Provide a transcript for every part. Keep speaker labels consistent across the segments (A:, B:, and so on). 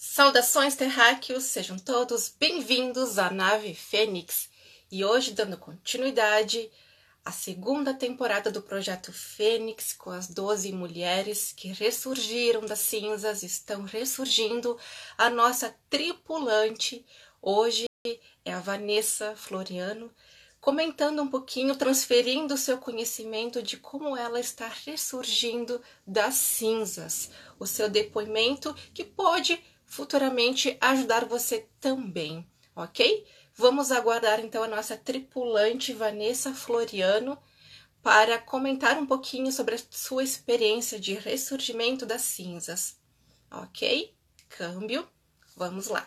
A: Saudações terráqueos, sejam todos bem-vindos à nave Fênix. E hoje, dando continuidade à segunda temporada do Projeto Fênix, com as 12 mulheres que ressurgiram das cinzas, estão ressurgindo, a nossa tripulante hoje é a Vanessa Floriano, comentando um pouquinho, transferindo o seu conhecimento de como ela está ressurgindo das cinzas, o seu depoimento que pode futuramente ajudar você também, ok? Vamos aguardar então a nossa tripulante Vanessa Floriano para comentar um pouquinho sobre a sua experiência de ressurgimento das cinzas, ok? Câmbio, vamos lá.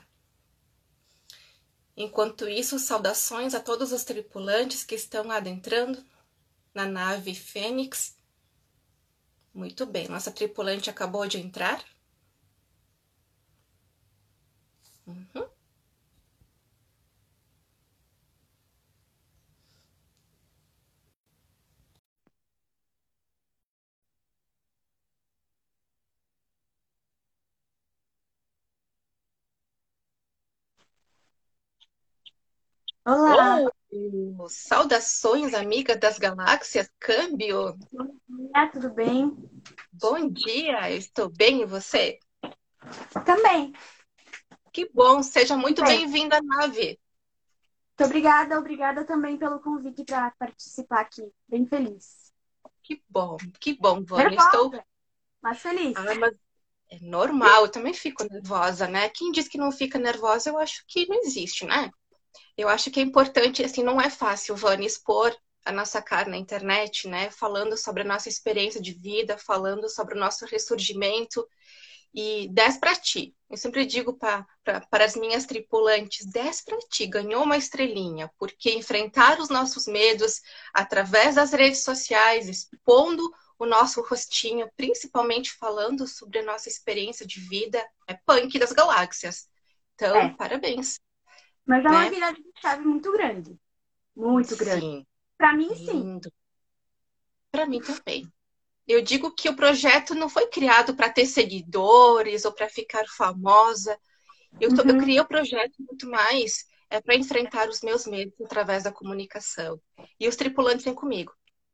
A: Enquanto isso, saudações a todos os tripulantes que estão adentrando na nave Fênix. Muito bem, nossa tripulante acabou de entrar. Uhum.
B: Olá,
A: Saudações, amiga das galáxias, câmbio.
B: tudo bem?
A: Bom dia, eu estou bem e você?
B: Também,
A: Que bom, seja muito
B: bem.
A: bem-vinda à nave.
B: Muito obrigada também pelo convite para participar aqui. Bem feliz.
A: Que bom, Vânia. Estou.
B: Nervosa, mas feliz.
A: Mas é normal, eu também fico nervosa, né? Quem diz que não fica nervosa, eu acho que não existe, né? Eu acho que é importante, assim, não é fácil, Vânia, expor a nossa cara na internet, né? Falando sobre a nossa experiência de vida, falando sobre o nosso ressurgimento. E 10 para ti. Eu sempre digo para as minhas tripulantes, 10 para ti, ganhou uma estrelinha, porque enfrentar os nossos medos através das redes sociais, expondo o nosso rostinho, principalmente falando sobre a nossa experiência de vida, é punk das galáxias. Então,
B: É,
A: parabéns,
B: mas é uma
A: né?
B: virada de chave muito grande. Muito grande.
A: Sim,
B: Para mim, sim.
A: lindo. Para mim também. Eu digo que o projeto não foi criado para ter seguidores ou para ficar famosa. Eu
B: Uhum.
A: criei o projeto muito mais para enfrentar os meus medos através da comunicação. E os tripulantes vêm comigo.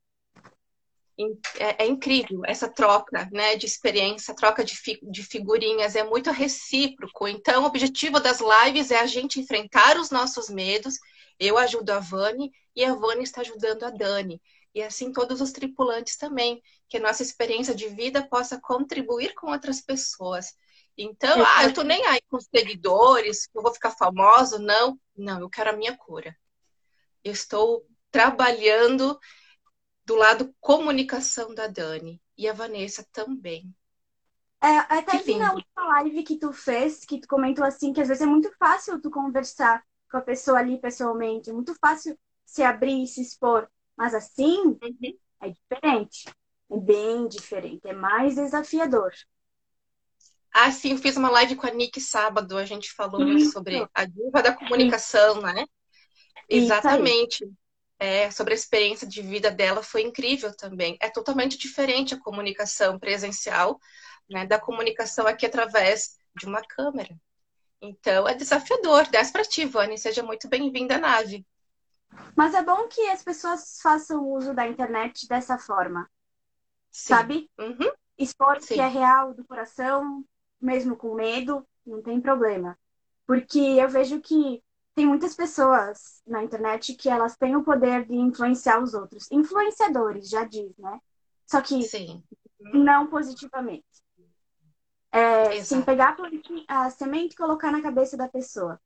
A: É incrível essa troca, né, de experiência, troca de figurinhas, é muito recíproco. Então, o objetivo das lives é a gente enfrentar os nossos medos. Eu ajudo a Vani e a Vani está ajudando a Dani. E assim todos os tripulantes também, que a nossa experiência de vida possa contribuir com outras pessoas. Então, eu tô nem aí com os seguidores, eu vou ficar famoso, não. Não, eu quero a minha cura. Eu estou trabalhando do lado comunicação da Dani. E a Vanessa também. Que
B: Até vi na
A: lindo.
B: última live que tu fez, que tu comentou assim, que às vezes é muito fácil tu conversar com a pessoa ali pessoalmente, é muito fácil se abrir e se expor. Mas assim,
A: Uhum.
B: é diferente. É bem diferente. É mais desafiador.
A: Ah, sim, eu fiz uma live com a Nick sábado, a gente falou muito sobre
B: Isso,
A: a diva da
B: isso,
A: comunicação, né?
B: isso aí.
A: Exatamente. Sobre a experiência de vida dela foi incrível também. É totalmente diferente a comunicação presencial, né, da comunicação aqui através de uma câmera. Então, é desafiador. 10 para ti, Vani. Seja muito bem-vinda à nave.
B: Mas é bom que as pessoas façam uso da internet dessa forma,
A: Sim.
B: sabe?
A: Uhum.
B: Expor o que é
A: Sim.
B: real do coração, mesmo com medo, não tem problema. Porque eu vejo que tem muitas pessoas na internet que elas têm o poder de influenciar os outros. Influenciadores, já diz, né? Só que
A: Sim.
B: não positivamente. Sem
A: Exato.
B: pegar a semente e colocar na cabeça da pessoa.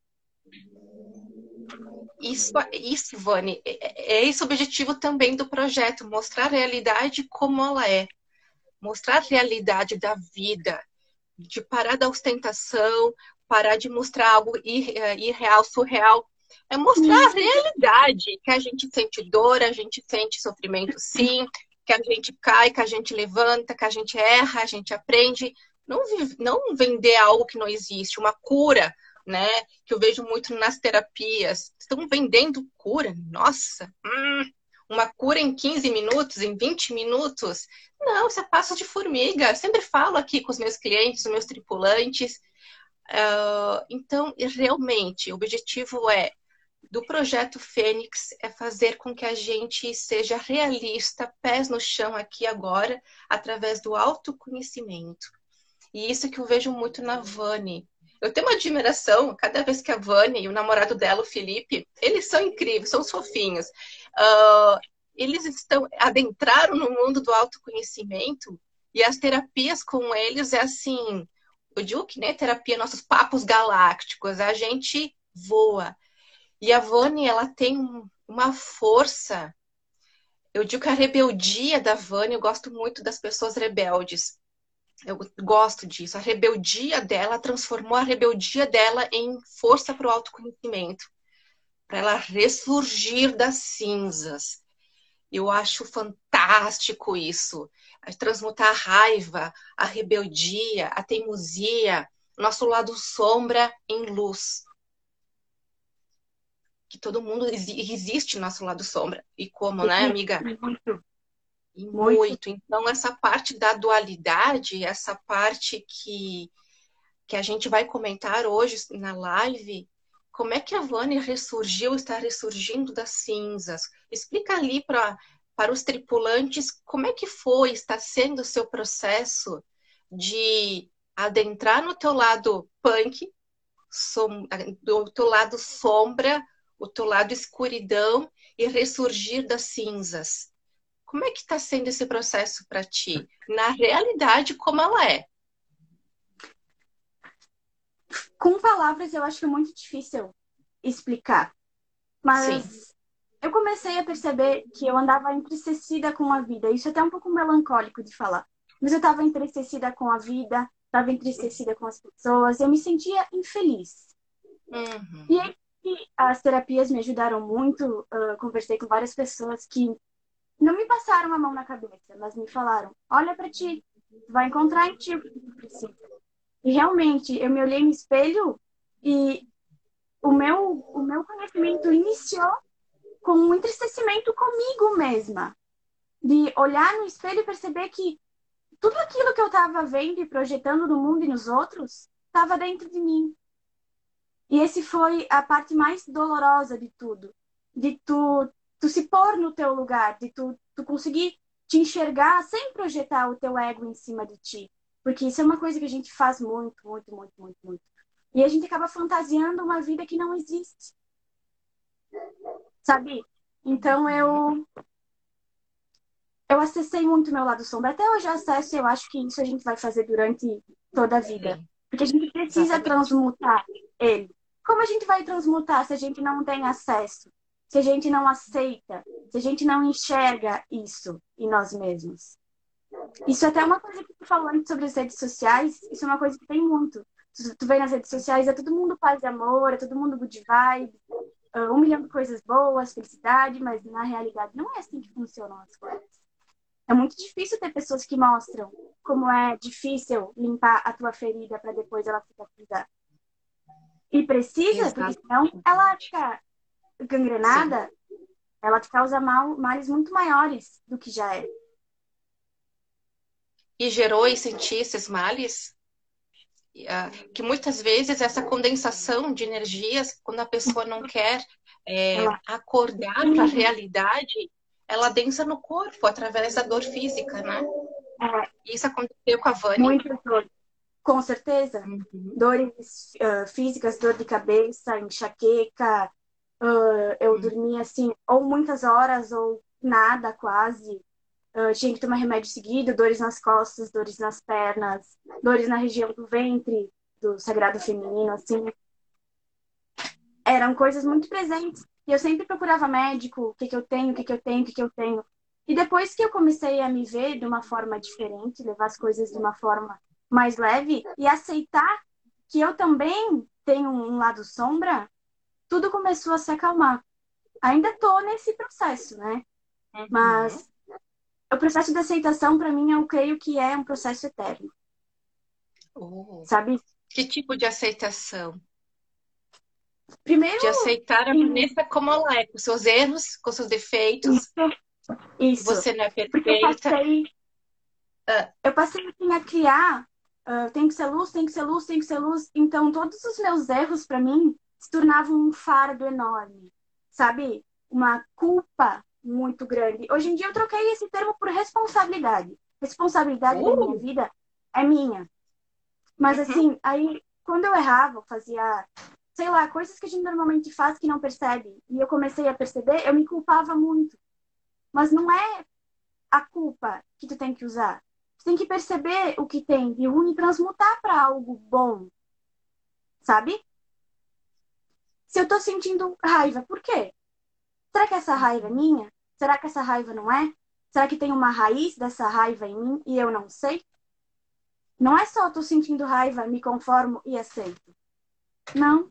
A: Isso, Vani, é esse o objetivo também do projeto, mostrar a realidade como ela é, mostrar a realidade da vida, de parar da ostentação, parar de mostrar algo irreal, surreal, é mostrar a
B: Isso.
A: realidade, que a gente sente dor, a gente sente sofrimento sim, que a gente cai, que a gente levanta, que a gente erra, a gente aprende, não vender algo que não existe, uma cura, né? Que eu vejo muito nas terapias. Estão vendendo cura, nossa, uma cura em 15 minutos, em 20 minutos. Não, isso é passo de formiga. Eu sempre falo aqui com os meus clientes, os meus tripulantes. Então, realmente, o objetivo do projeto Fênix é fazer com que a gente seja realista, pés no chão aqui agora, através do autoconhecimento. E isso que eu vejo muito na Vani. Eu tenho uma admiração cada vez que a Vani e o namorado dela, o Felipe, eles são incríveis, são fofinhos. Uh, eles adentraram no mundo do autoconhecimento e as terapias com eles é assim, eu digo que nem terapia, nossos papos galácticos, a gente voa. E a Vani, ela tem uma força. Eu digo que a rebeldia da Vani, eu gosto muito das pessoas rebeldes. Eu gosto disso. A rebeldia dela transformou a rebeldia dela em força para o autoconhecimento, para ela ressurgir das cinzas. Eu acho fantástico isso. Transmutar a raiva, a rebeldia, a teimosia, nosso lado sombra em luz. Que todo mundo existe nosso lado sombra. E como, né, amiga?
B: Muito.
A: E muito. Então, essa parte da dualidade, essa parte que a gente vai comentar hoje na live, como é que a Vânia ressurgiu, está ressurgindo das cinzas? Explica ali para os tripulantes como é que foi, está sendo o seu processo de adentrar no teu lado punk, do teu lado sombra, o teu lado escuridão e ressurgir das cinzas. Como é que está sendo esse processo para ti? Na realidade, como ela é?
B: Com palavras, eu acho que é muito difícil explicar.
A: Sim.
B: Mas eu comecei a perceber que eu andava entristecida com a vida. Isso é até um pouco melancólico de falar. Mas eu estava entristecida com a vida, estava entristecida com as pessoas, eu me sentia infeliz.
A: Uhum.
B: E aí, as terapias me ajudaram muito. Conversei com várias pessoas que não me passaram a mão na cabeça, mas me falaram: olha para ti, tu vai encontrar em ti o que tu precisa. E realmente, eu me olhei no espelho e o meu conhecimento iniciou com um entristecimento comigo mesma. De olhar no espelho e perceber que tudo aquilo que eu estava vendo e projetando no mundo e nos outros estava dentro de mim. E esse foi a parte mais dolorosa de tudo. De tu se pôr no teu lugar, de tu conseguir te enxergar sem projetar o teu ego em cima de ti. Porque isso é uma coisa que a gente faz muito, muito, muito, muito, muito. E a gente acaba fantasiando uma vida que não existe. Sabe? Então eu acessei muito meu lado sombra. Até hoje eu acesso e eu acho que isso a gente vai fazer durante toda a vida.
A: Sim,
B: Porque a gente precisa
A: exatamente.
B: transmutar ele. Como a gente vai transmutar se a gente não tem acesso? Se a gente não aceita? Se a gente não enxerga isso em nós mesmos? Isso é até uma coisa que tu falou antes sobre as redes sociais. Isso é uma coisa que tem muito. Tu vê nas redes sociais, é todo mundo paz e amor, é todo mundo good vibe, 1 milhão de coisas boas, felicidade, mas na realidade não é assim que funcionam as coisas. É muito difícil ter pessoas que mostram como é difícil limpar a tua ferida para depois ela cicatrizar. E precisa, porque
A: Exato.
B: senão ela fica
A: Sim.
B: gangrenada, ela te causa males muito maiores do que já é.
A: E gerou e senti esses males, que muitas vezes essa condensação de energias, quando a pessoa não quer
B: Ela
A: acordar para a realidade, ela densa no corpo através da dor física, né?
B: é
A: Isso aconteceu com a Vani.
B: muitas dores. Com certeza.
A: Uhum.
B: Dores físicas, dor de cabeça, enxaqueca. Eu dormia assim, ou muitas horas, ou nada quase. Tinha que tomar remédio seguido, dores nas costas, dores nas pernas, dores na região do ventre, do sagrado feminino, assim. Eram coisas muito presentes. E eu sempre procurava médico, o que que eu tenho, o que que eu tenho, o que que eu tenho. E depois que eu comecei a me ver de uma forma diferente, levar as coisas de uma forma mais leve e aceitar que eu também tenho um lado sombra, tudo começou a se acalmar. Ainda estou nesse processo, né?
A: Uhum.
B: Mas o processo de aceitação, para mim, eu creio que é um processo eterno,
A: Oh.
B: sabe?
A: Que tipo de aceitação? De
B: Primeiro,
A: aceitar a Vanessa como ela é, com seus erros, com seus defeitos.
B: isso, isso.
A: Você não é
B: Porque eu
A: perfeita.
B: passei,
A: Ah,
B: eu passei assim, a criar. tem que ser luz, tem que ser luz, tem que ser luz. Então, todos os meus erros, para mim, se tornavam um fardo enorme, sabe? Uma culpa muito grande. Hoje em dia, eu troquei esse termo por responsabilidade. Responsabilidade da minha
A: Uh,
B: vida é minha. Mas,
A: uhum.
B: assim, aí, quando eu errava, eu fazia, sei lá, coisas que a gente normalmente faz que não percebe, e eu comecei a perceber, eu me culpava muito. Mas não é a culpa que tu tem que usar. Tu tem que perceber o que tem de ruim e transmutar para algo bom, sabe? Se eu tô sentindo raiva, por quê? Será que essa raiva é minha? Será que essa raiva não é? Será que tem uma raiz dessa raiva em mim e eu não sei? Não é só tô sentindo raiva, me conformo e aceito. Não.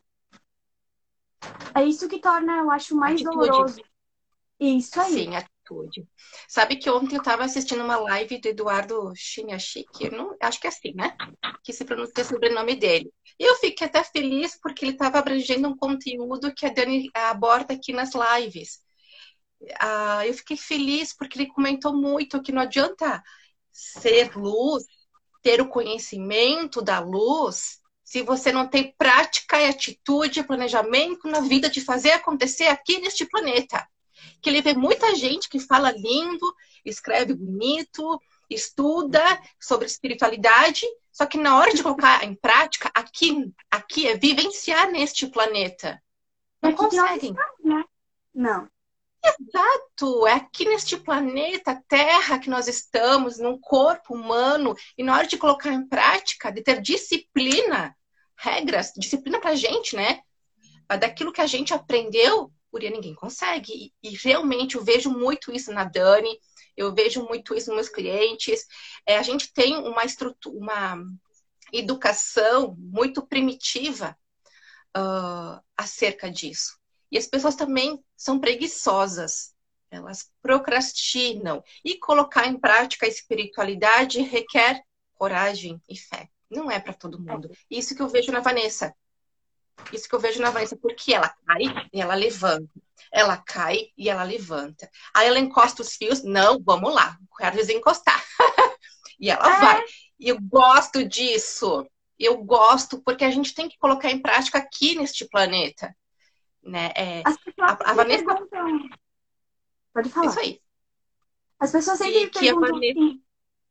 B: É isso que torna, eu acho, mais
A: Atitude.
B: doloroso. Isso aí.
A: Sim, atitude. Sabe que ontem eu estava assistindo uma live do Eduardo Chiniachik, não, acho que é assim, né? Que se pronuncia o sobrenome dele. E eu fiquei até feliz porque ele estava abrangendo um conteúdo que a Dani aborda aqui nas lives. Eu fiquei feliz porque ele comentou muito que não adianta ser luz, ter o conhecimento da luz, se você não tem prática e atitude e planejamento na vida de fazer acontecer aqui neste planeta. Que ele vê muita gente que fala lindo, escreve bonito, estuda sobre espiritualidade, só que na hora de colocar em prática, aqui é vivenciar neste planeta.
B: É
A: Não
B: aqui que nós
A: conseguem.
B: estamos, né? Não.
A: Exato, é aqui neste planeta Terra que nós estamos, num corpo humano, e na hora de colocar em prática, de ter disciplina, regras, disciplina pra gente, né? Daquilo que a gente aprendeu, Guria, ninguém consegue. E realmente eu vejo muito isso na Dani, eu vejo muito isso nos meus clientes. A gente tem uma estrutura, uma educação muito primitiva acerca disso. E as pessoas também são preguiçosas. Elas procrastinam. E colocar em prática a espiritualidade requer coragem e fé. Não é para todo mundo. Isso que eu vejo na Vanessa. Isso que eu vejo na Vanessa, porque ela cai e ela levanta. Ela cai e ela levanta. Aí ela encosta os fios. Não, vamos lá. Quero desencostar. E ela vai.
B: É,
A: E eu gosto disso. Eu gosto porque a gente tem que colocar em prática aqui neste planeta. Né?
B: as pessoas
A: A
B: sempre
A: Vanessa,
B: perguntam. Pode
A: isso
B: falar.
A: aí.
B: As pessoas sempre
A: Que a
B: perguntam
A: Vanessa,
B: assim,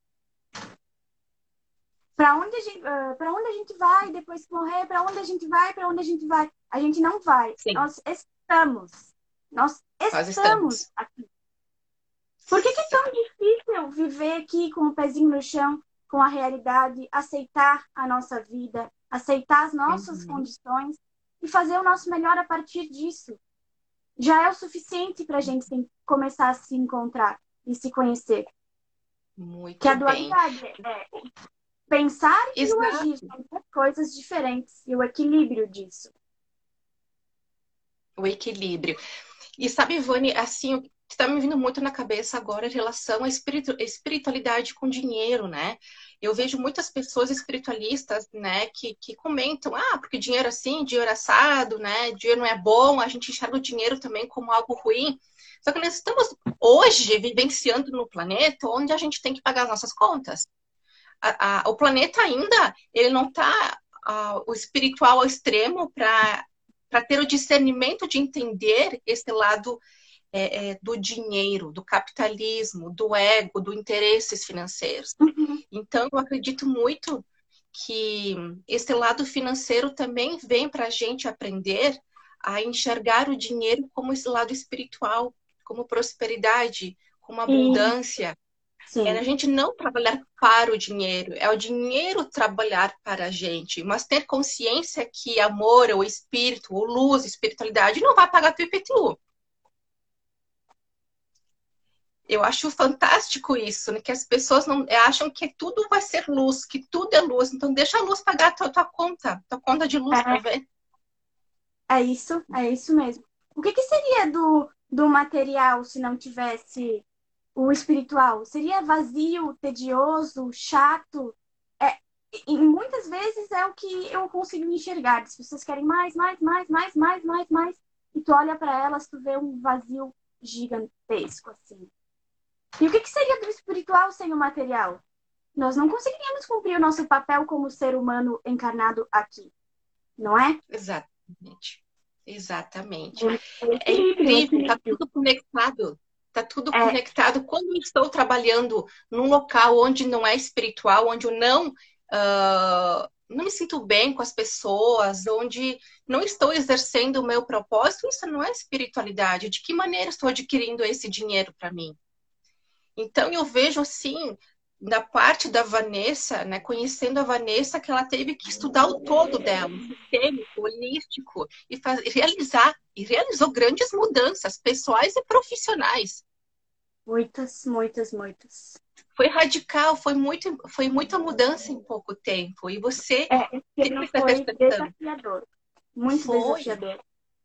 B: para onde a gente vai depois que morrer? Para onde a gente vai? Para onde a gente vai? A gente não vai.
A: sim,
B: Nós estamos. Nós
A: nós
B: estamos
A: estamos.
B: aqui. Por que é tão difícil viver aqui com o pezinho no chão, com a realidade, aceitar a nossa vida, aceitar as nossas
A: Uhum.
B: condições e fazer o nosso melhor a partir disso? Já é o suficiente para a gente começar a se encontrar e se conhecer. Que
A: Muito
B: a
A: bem.
B: dualidade é pensar e o agir
A: Exato.
B: são duas coisas diferentes e o equilíbrio disso.
A: O equilíbrio. E sabe, Ivone, assim, o que está me vindo muito na cabeça agora em relação à espiritualidade com dinheiro, né? Eu vejo muitas pessoas espiritualistas, né, que comentam, porque dinheiro assim, dinheiro assado, né, dinheiro não é bom, a gente enxerga o dinheiro também como algo ruim. Só que nós estamos hoje vivenciando no planeta onde a gente tem que pagar as nossas contas. O planeta ainda, ele não está o espiritual ao extremo para ter o discernimento de entender esse lado do dinheiro, do capitalismo, do ego, do interesses financeiros.
B: Uhum.
A: Então, eu acredito muito que esse lado financeiro também vem para a gente aprender a enxergar o dinheiro como esse lado espiritual, como prosperidade, como
B: E
A: abundância. É
B: sim,
A: a gente não trabalhar para o dinheiro, é o dinheiro trabalhar para a gente, mas ter consciência que amor, ou espírito, ou luz, espiritualidade não vai pagar teu IPTU. Eu acho fantástico isso, né? Que as pessoas não acham que tudo vai ser luz, que tudo é luz. Então deixa a luz pagar tua conta de luz para ver.
B: é isso mesmo. O que seria do material se não tivesse o espiritual? Seria vazio, tedioso, chato? É, e muitas vezes é o que eu consigo enxergar. As pessoas querem mais, mais, mais, mais, mais, mais, mais. E tu olha para elas, tu vê um vazio gigantesco, assim. E o que seria do espiritual sem o material? nós não conseguiríamos cumprir o nosso papel como ser humano encarnado aqui, não é?
A: Exatamente. Exatamente.
B: O
A: É
B: equilíbrio, o
A: incrível, tá
B: equilíbrio.
A: tudo conectado. Tá tudo
B: É,
A: conectado. Quando eu estou trabalhando num local onde não é espiritual, onde eu não me sinto bem com as pessoas, onde não estou exercendo o meu propósito, isso não é espiritualidade. De que maneira estou adquirindo esse dinheiro para mim? Então eu vejo assim, da parte da Vanessa, né, conhecendo a Vanessa, que ela teve que estudar o todo dela, o sistêmico, holístico, e realizou grandes mudanças pessoais e profissionais.
B: muitas, muitas, muitas.
A: Foi radical, foi muita mudança em pouco tempo. E você
B: Esse
A: teve
B: ano
A: essa
B: foi
A: percepção.
B: desafiador, muito
A: Foi.
B: desafiador.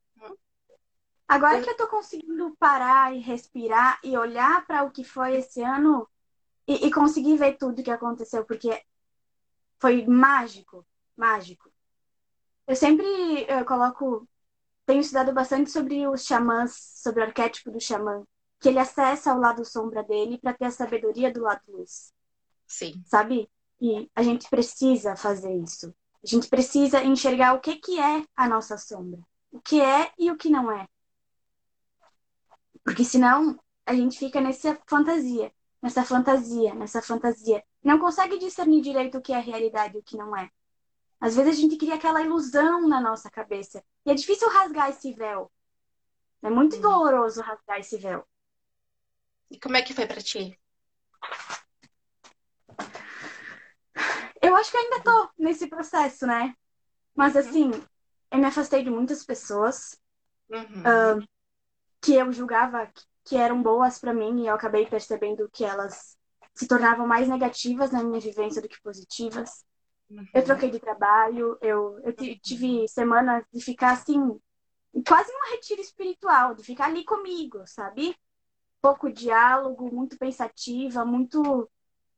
B: Agora
A: Eu-
B: que eu tô conseguindo parar e respirar e olhar para o que foi esse ano e conseguir ver tudo que aconteceu, porque foi mágico, mágico. Eu sempre coloco, tenho estudado bastante sobre os xamãs, sobre o arquétipo do xamã, que ele acessa o lado sombra dele para ter a sabedoria do lado luz,
A: sim,
B: sabe? E a gente precisa fazer isso. A gente precisa enxergar o que é a nossa sombra, o que é e o que não é. Porque senão a gente fica nessa fantasia, nessa fantasia, nessa fantasia. Não consegue discernir direito o que é realidade e o que não é. Às vezes a gente cria aquela ilusão na nossa cabeça. E é difícil rasgar esse véu. É muito
A: Hum.
B: doloroso rasgar esse véu.
A: E como é que foi para ti?
B: Eu acho que eu ainda tô nesse processo, né? Mas
A: Uhum,
B: assim, eu me afastei de muitas pessoas
A: uhum,
B: que eu julgava que eram boas pra mim e eu acabei percebendo que elas se tornavam mais negativas na minha vivência do que positivas. Eu
A: uhum,
B: troquei de trabalho, tive semanas de ficar assim, quase num retiro espiritual, de ficar ali comigo, sabe? Pouco diálogo, muito pensativa, muito.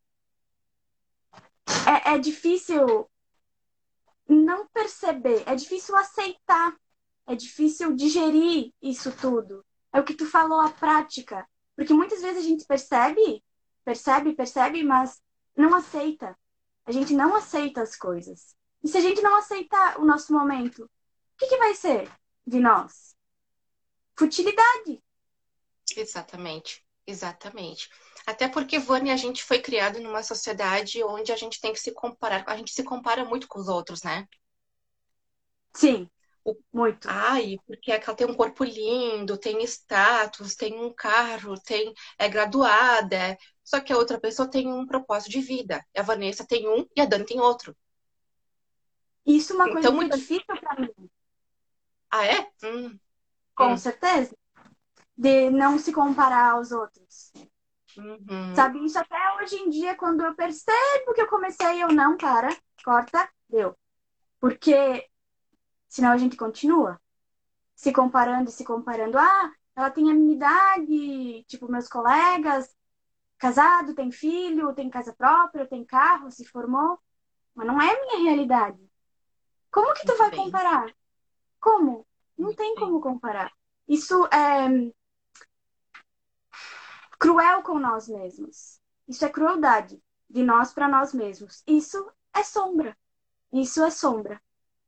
B: É difícil não perceber, é difícil aceitar, é difícil digerir isso tudo. É o que tu falou, a prática. Porque muitas vezes a gente percebe, mas não aceita. A gente não aceita as coisas. E se a gente não aceitar o nosso momento, o que vai ser de nós? Futilidade.
A: exatamente, exatamente. Até porque, Vânia, a gente foi criado numa sociedade onde a gente tem que se comparar, a gente se compara muito com os outros, né?
B: Sim,
A: O-
B: muito.
A: Ai, porque ela tem um corpo lindo, tem status, tem um carro, é graduada, só que a outra pessoa tem um propósito de vida. A Vanessa tem um e a Dani tem outro.
B: Isso é uma coisa
A: Então,
B: que foi
A: muita...
B: difícil para mim,
A: Ah, é?
B: com
A: Hum,
B: certeza, de não se comparar aos outros.
A: uhum,
B: Sabe, isso até hoje em dia, quando eu percebo que eu comecei, eu não, cara, corta, deu. Porque senão a gente continua se comparando e se comparando. Ah, ela tem a minha idade, tipo, meus colegas, casado, tem filho, tem casa própria, tem carro, se formou. Mas não é a minha realidade. Como que tu
A: muito
B: vai
A: bem,
B: comparar? Como? Não
A: muito
B: tem
A: bem.
B: como comparar. Isso é cruel com nós mesmos. Isso é crueldade de nós para nós mesmos. Isso é sombra. Isso é sombra.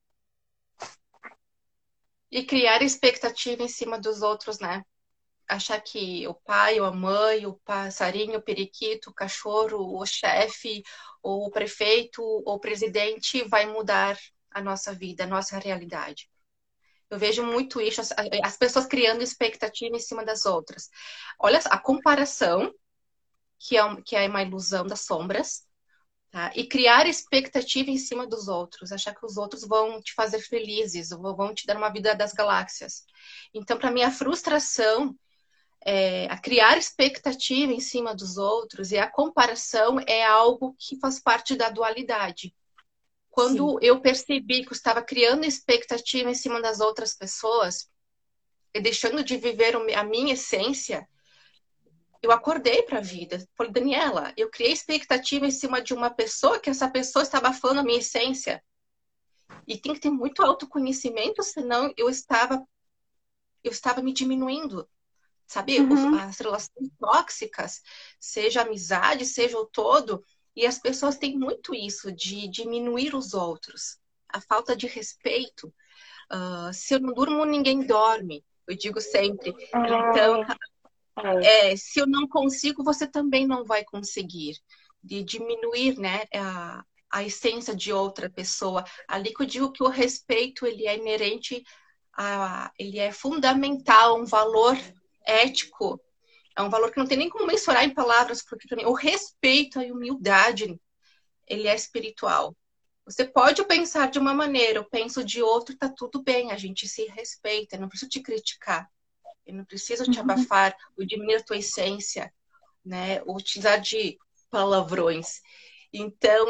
A: E criar expectativa em cima dos outros, né? Achar que o pai, ou a mãe, o passarinho, o periquito, o cachorro, o chefe, ou o prefeito, ou o presidente vai mudar a nossa vida, a nossa realidade. Eu vejo muito isso, as pessoas criando expectativa em cima das outras. Olha a comparação, que é uma ilusão das sombras, tá? E criar expectativa em cima dos outros, achar que os outros vão te fazer felizes, vão te dar uma vida das galáxias. Então, para mim, a frustração a criar expectativa em cima dos outros e a comparação é algo que faz parte da dualidade.
B: Sim.
A: Quando eu percebi que eu estava criando expectativa em cima das outras pessoas e deixando de viver a minha essência, eu acordei para a vida. Falei, Daniela, eu criei expectativa em cima de uma pessoa que essa pessoa estava abafando a minha essência. E tem que ter muito autoconhecimento, senão eu estava me diminuindo. Sabe,
B: Uhum.
A: as relações tóxicas, seja amizade, seja o todo, E as pessoas têm muito isso de diminuir os outros. A falta de respeito. Se eu não durmo, ninguém dorme. Eu digo sempre. Então,
B: É, é.
A: se eu não consigo, você também não vai conseguir. De diminuir, né, a essência de outra pessoa. Ali que eu digo que o respeito, ele é inerente, ele é fundamental, um valor ético. É um valor que não tem nem como mensurar em palavras, porque para mim, o respeito, a humildade, ele é espiritual. Você pode pensar de uma maneira, eu penso de outra, tá tudo bem, a gente se respeita, eu não preciso te criticar, eu não preciso te
B: Uhum.
A: abafar, ou diminuir a tua essência, né? Ou utilizar de palavrões. Então,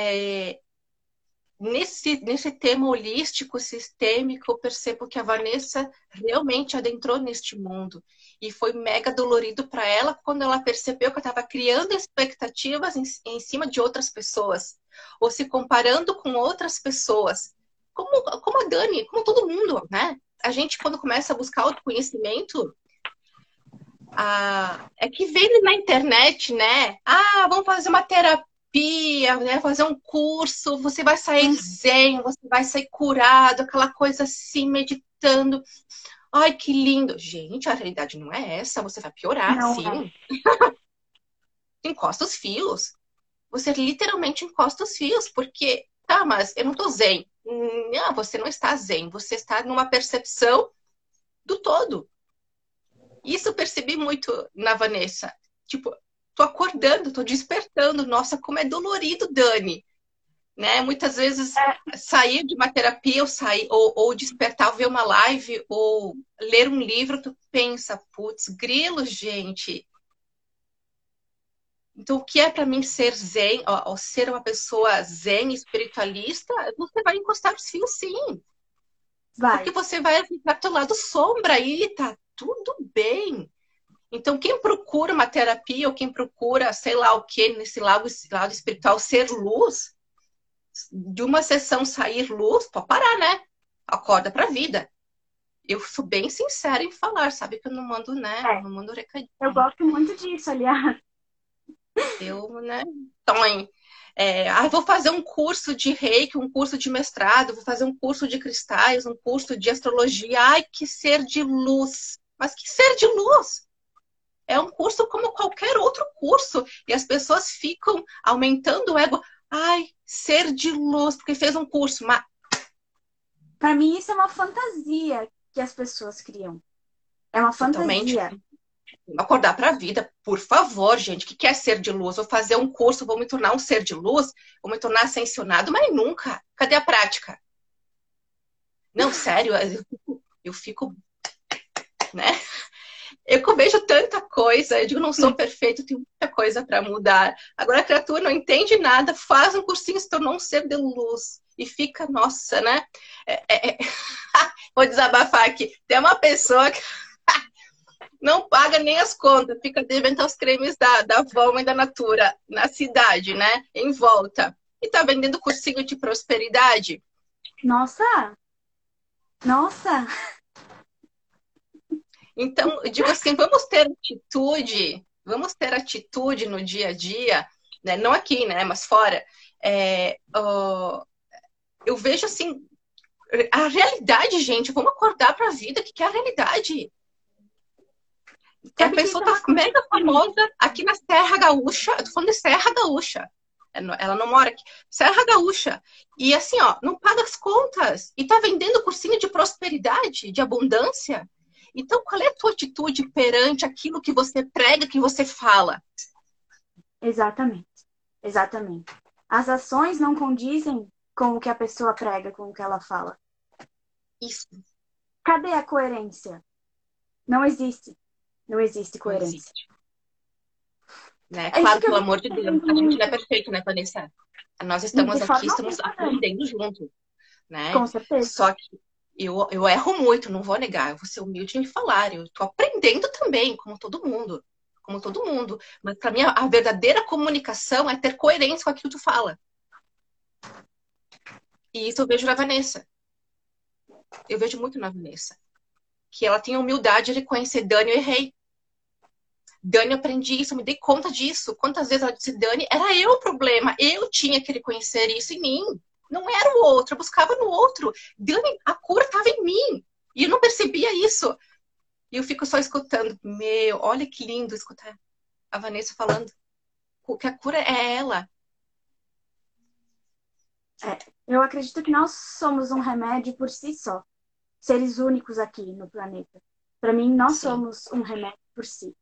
A: nesse tema holístico, sistêmico, eu percebo que a Vanessa realmente adentrou neste mundo. E foi mega dolorido para ela quando ela percebeu que eu estava criando expectativas em cima de outras pessoas, ou se comparando com outras pessoas. Como a Dani, como todo mundo, né? A gente, quando começa a buscar autoconhecimento, é que vem na internet, né? Vamos fazer uma terapia, né? Fazer um curso, você vai sair zen, você vai sair curado, aquela coisa assim, meditando. Ai, que lindo. Gente, a realidade não é essa, você vai piorar,
B: Não é.
A: sim. Encosta os fios. Você literalmente encosta os fios, porque, mas eu não tô zen. Não, você não está zen, você está numa percepção do todo. Isso eu percebi muito na Vanessa. Tipo, tô acordando, tô despertando. Nossa, como é dolorido, Dani. Né? Muitas vezes sair de uma terapia ou despertar, ou ver uma live, ou ler um livro, tu pensa, putz, grilo, gente. Então, o que é para mim ser zen, ou ser uma pessoa zen, espiritualista, você vai encostar os fios, sim. Porque
B: Vai.
A: você vai ficar do teu lado sombra e tá tudo bem. Então, quem procura uma terapia ou quem procura, sei lá o que, nesse lado espiritual, ser luz, de uma sessão sair luz, pode parar, né? Acorda pra vida. Eu sou bem sincera em falar, sabe que eu não mando, né?
B: É.
A: Não mando recadinho.
B: Eu gosto muito disso, aliás.
A: Eu, né? Então, vou fazer um curso de reiki, um curso de mestrado, vou fazer um curso de cristais, um curso de astrologia. Ai, que ser de luz. Mas que ser de luz? É um curso como qualquer outro curso. E as pessoas ficam aumentando o ego. Ai, ser de luz, porque fez um curso. Mas
B: Para mim, isso é uma fantasia que as pessoas criam. É uma
A: totalmente
B: fantasia.
A: acordar para a vida, por favor, gente, que quer ser de luz, vou fazer um curso, vou me tornar um ser de luz, vou me tornar ascensionado, mas nunca. Cadê a prática? Não, sério, eu fico, né? Eu vejo tanta coisa, eu digo, não sou perfeito, tenho muita coisa para mudar. Agora a criatura não entende nada, faz um cursinho, se tornou um ser de luz. E fica, nossa, né? Vou desabafar aqui. Tem uma pessoa que não paga nem as contas, fica devendo os cremes da Avon e da Natura na cidade, né? Em volta. E tá vendendo cursinho de prosperidade.
B: Nossa! Nossa!
A: Então, eu digo assim, vamos ter atitude no dia a dia, né? Não aqui, né? Mas fora. Eu vejo assim, a realidade, gente, vamos acordar para a vida, que é a realidade. A
B: Sabe que isso
A: pessoa
B: é
A: tá
B: uma coisa
A: mega
B: que...
A: famosa aqui na Serra Gaúcha. Eu tô falando de Serra Gaúcha. Ela não mora aqui. Serra Gaúcha. E assim, ó, não paga as contas. E tá vendendo cursinho de prosperidade, de abundância. Então, qual é a tua atitude perante aquilo que você prega, que você fala?
B: Exatamente. Exatamente. As ações não condizem com o que a pessoa prega, com o que ela fala.
A: Isso
B: Cadê a coerência? Não existe. Não existe
A: não
B: coerência.
A: existe. Né?
B: É isso
A: Claro,
B: que eu
A: pelo
B: venho
A: amor de Deus,
B: percebendo
A: a gente não é
B: muito.
A: perfeito, né, Vanessa? Nós estamos
B: De
A: aqui,
B: forma
A: estamos
B: alguma,
A: aprendendo junto, né?
B: com certeza.
A: Só que eu erro muito, não vou negar, eu vou ser humilde em falar, eu tô aprendendo também, como todo mundo. Como todo mundo. Mas para mim, a verdadeira comunicação é ter coerência com aquilo que tu fala. E isso eu vejo na Vanessa. Eu vejo muito na Vanessa. Que ela tem a humildade de reconhecer, Dani, eu errei. Dani, eu aprendi isso, eu me dei conta disso. Quantas vezes ela disse, Dani, era eu o problema. Eu tinha que reconhecer isso em mim. Não era o outro, eu buscava no outro. Dani, a cura estava em mim. E eu não percebia isso. E eu fico só escutando. Meu, olha que lindo escutar a Vanessa falando que a cura é ela.
B: Eu acredito que nós somos um remédio por si só. Seres únicos aqui no planeta. Para mim, nós
A: Sim.
B: somos um remédio por si.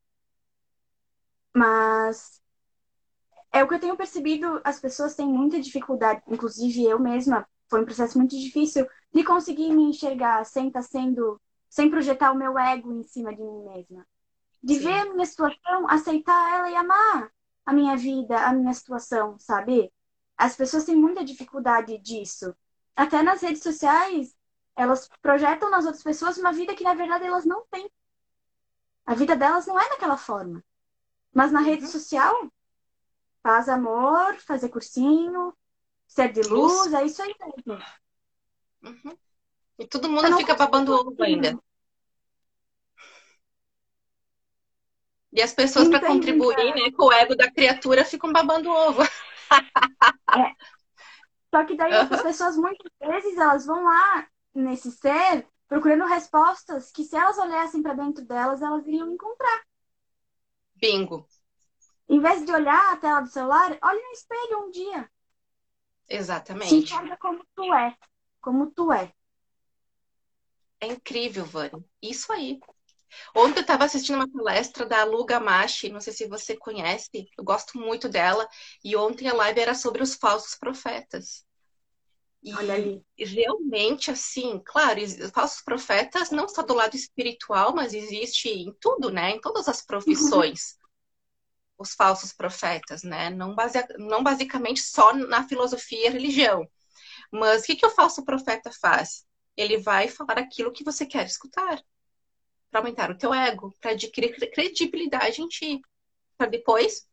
B: Mas é o que eu tenho percebido, as pessoas têm muita dificuldade, inclusive eu mesma, foi um processo muito difícil de conseguir me enxergar sem estar sendo, sem projetar o meu ego em cima de mim mesma. De ver
A: Sim.
B: a minha situação, aceitar ela e amar a minha vida, a minha situação, sabe? As pessoas têm muita dificuldade disso. Até nas redes sociais, elas projetam nas outras pessoas uma vida que na verdade elas não têm. A vida delas não é daquela forma. Mas na rede
A: Uhum.
B: social, paz, amor, fazer cursinho, ser de
A: Luz.
B: luz, é isso aí mesmo.
A: Uhum. E todo
B: Eu
A: mundo
B: não
A: fica babando
B: consigo.
A: ovo ainda. E as pessoas, para
B: Entende?
A: contribuir, né, com o ego da criatura, ficam babando ovo.
B: É. Só que daí essas
A: Uhum.
B: pessoas, muitas vezes, elas vão lá nesse ser procurando respostas que, se elas olhassem para dentro delas, elas iriam encontrar.
A: Bingo.
B: Em vez de olhar a tela do celular, olhe no espelho um dia. Se
A: Exatamente.
B: enxerga como tu é. Como tu é.
A: É incrível, Vani. Isso aí. Ontem eu estava assistindo uma palestra da Lu Gamache, não sei se você conhece, eu gosto muito dela, e ontem a live era sobre os falsos profetas.
B: Olha
A: E
B: ali.
A: realmente, assim, claro, os falsos profetas não só do lado espiritual, mas existe em tudo, né? Em todas as
B: Uhum.
A: profissões, os falsos profetas, né? Não basicamente só na filosofia e religião. Mas o que o falso profeta faz? Ele vai falar aquilo que você quer escutar, para aumentar o teu ego, para adquirir credibilidade em ti, para depois.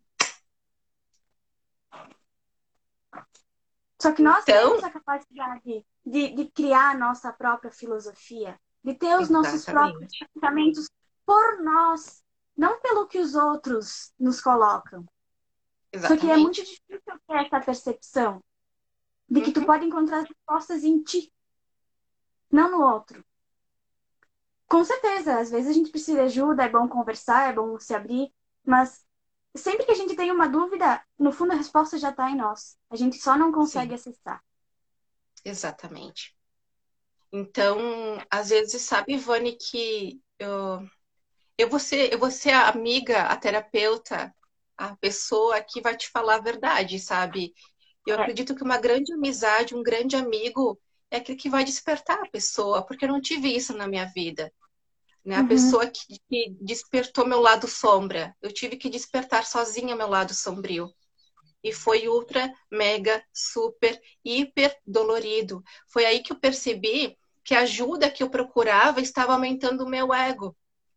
B: Só que nós temos
A: Então,
B: a capacidade de criar a nossa própria filosofia, de ter os nossos próprios
A: exatamente,
B: pensamentos por nós, não pelo que os outros nos colocam. Só que é muito
A: exatamente.
B: difícil ter essa percepção de que tu
A: Uhum,
B: pode encontrar as respostas em ti, não no outro. Com certeza, às vezes a gente precisa de ajuda, é bom conversar, é bom se abrir, mas sempre que a gente tem uma dúvida, no fundo a resposta já está em nós. A gente só não consegue
A: sim,
B: acessar.
A: exatamente. Então, às vezes, sabe, Ivane, que eu vou ser a amiga, a terapeuta, a pessoa que vai te falar a verdade, sabe? Eu
B: É.
A: acredito que uma grande amizade, um grande amigo, é aquele que vai despertar a pessoa, porque eu não tive isso na minha vida, né? A
B: Uhum.
A: pessoa que despertou meu lado sombra. Eu tive que despertar sozinha meu lado sombrio. E foi ultra, mega, super, hiper dolorido. Foi aí que eu percebi que a ajuda que eu procurava estava aumentando o meu ego.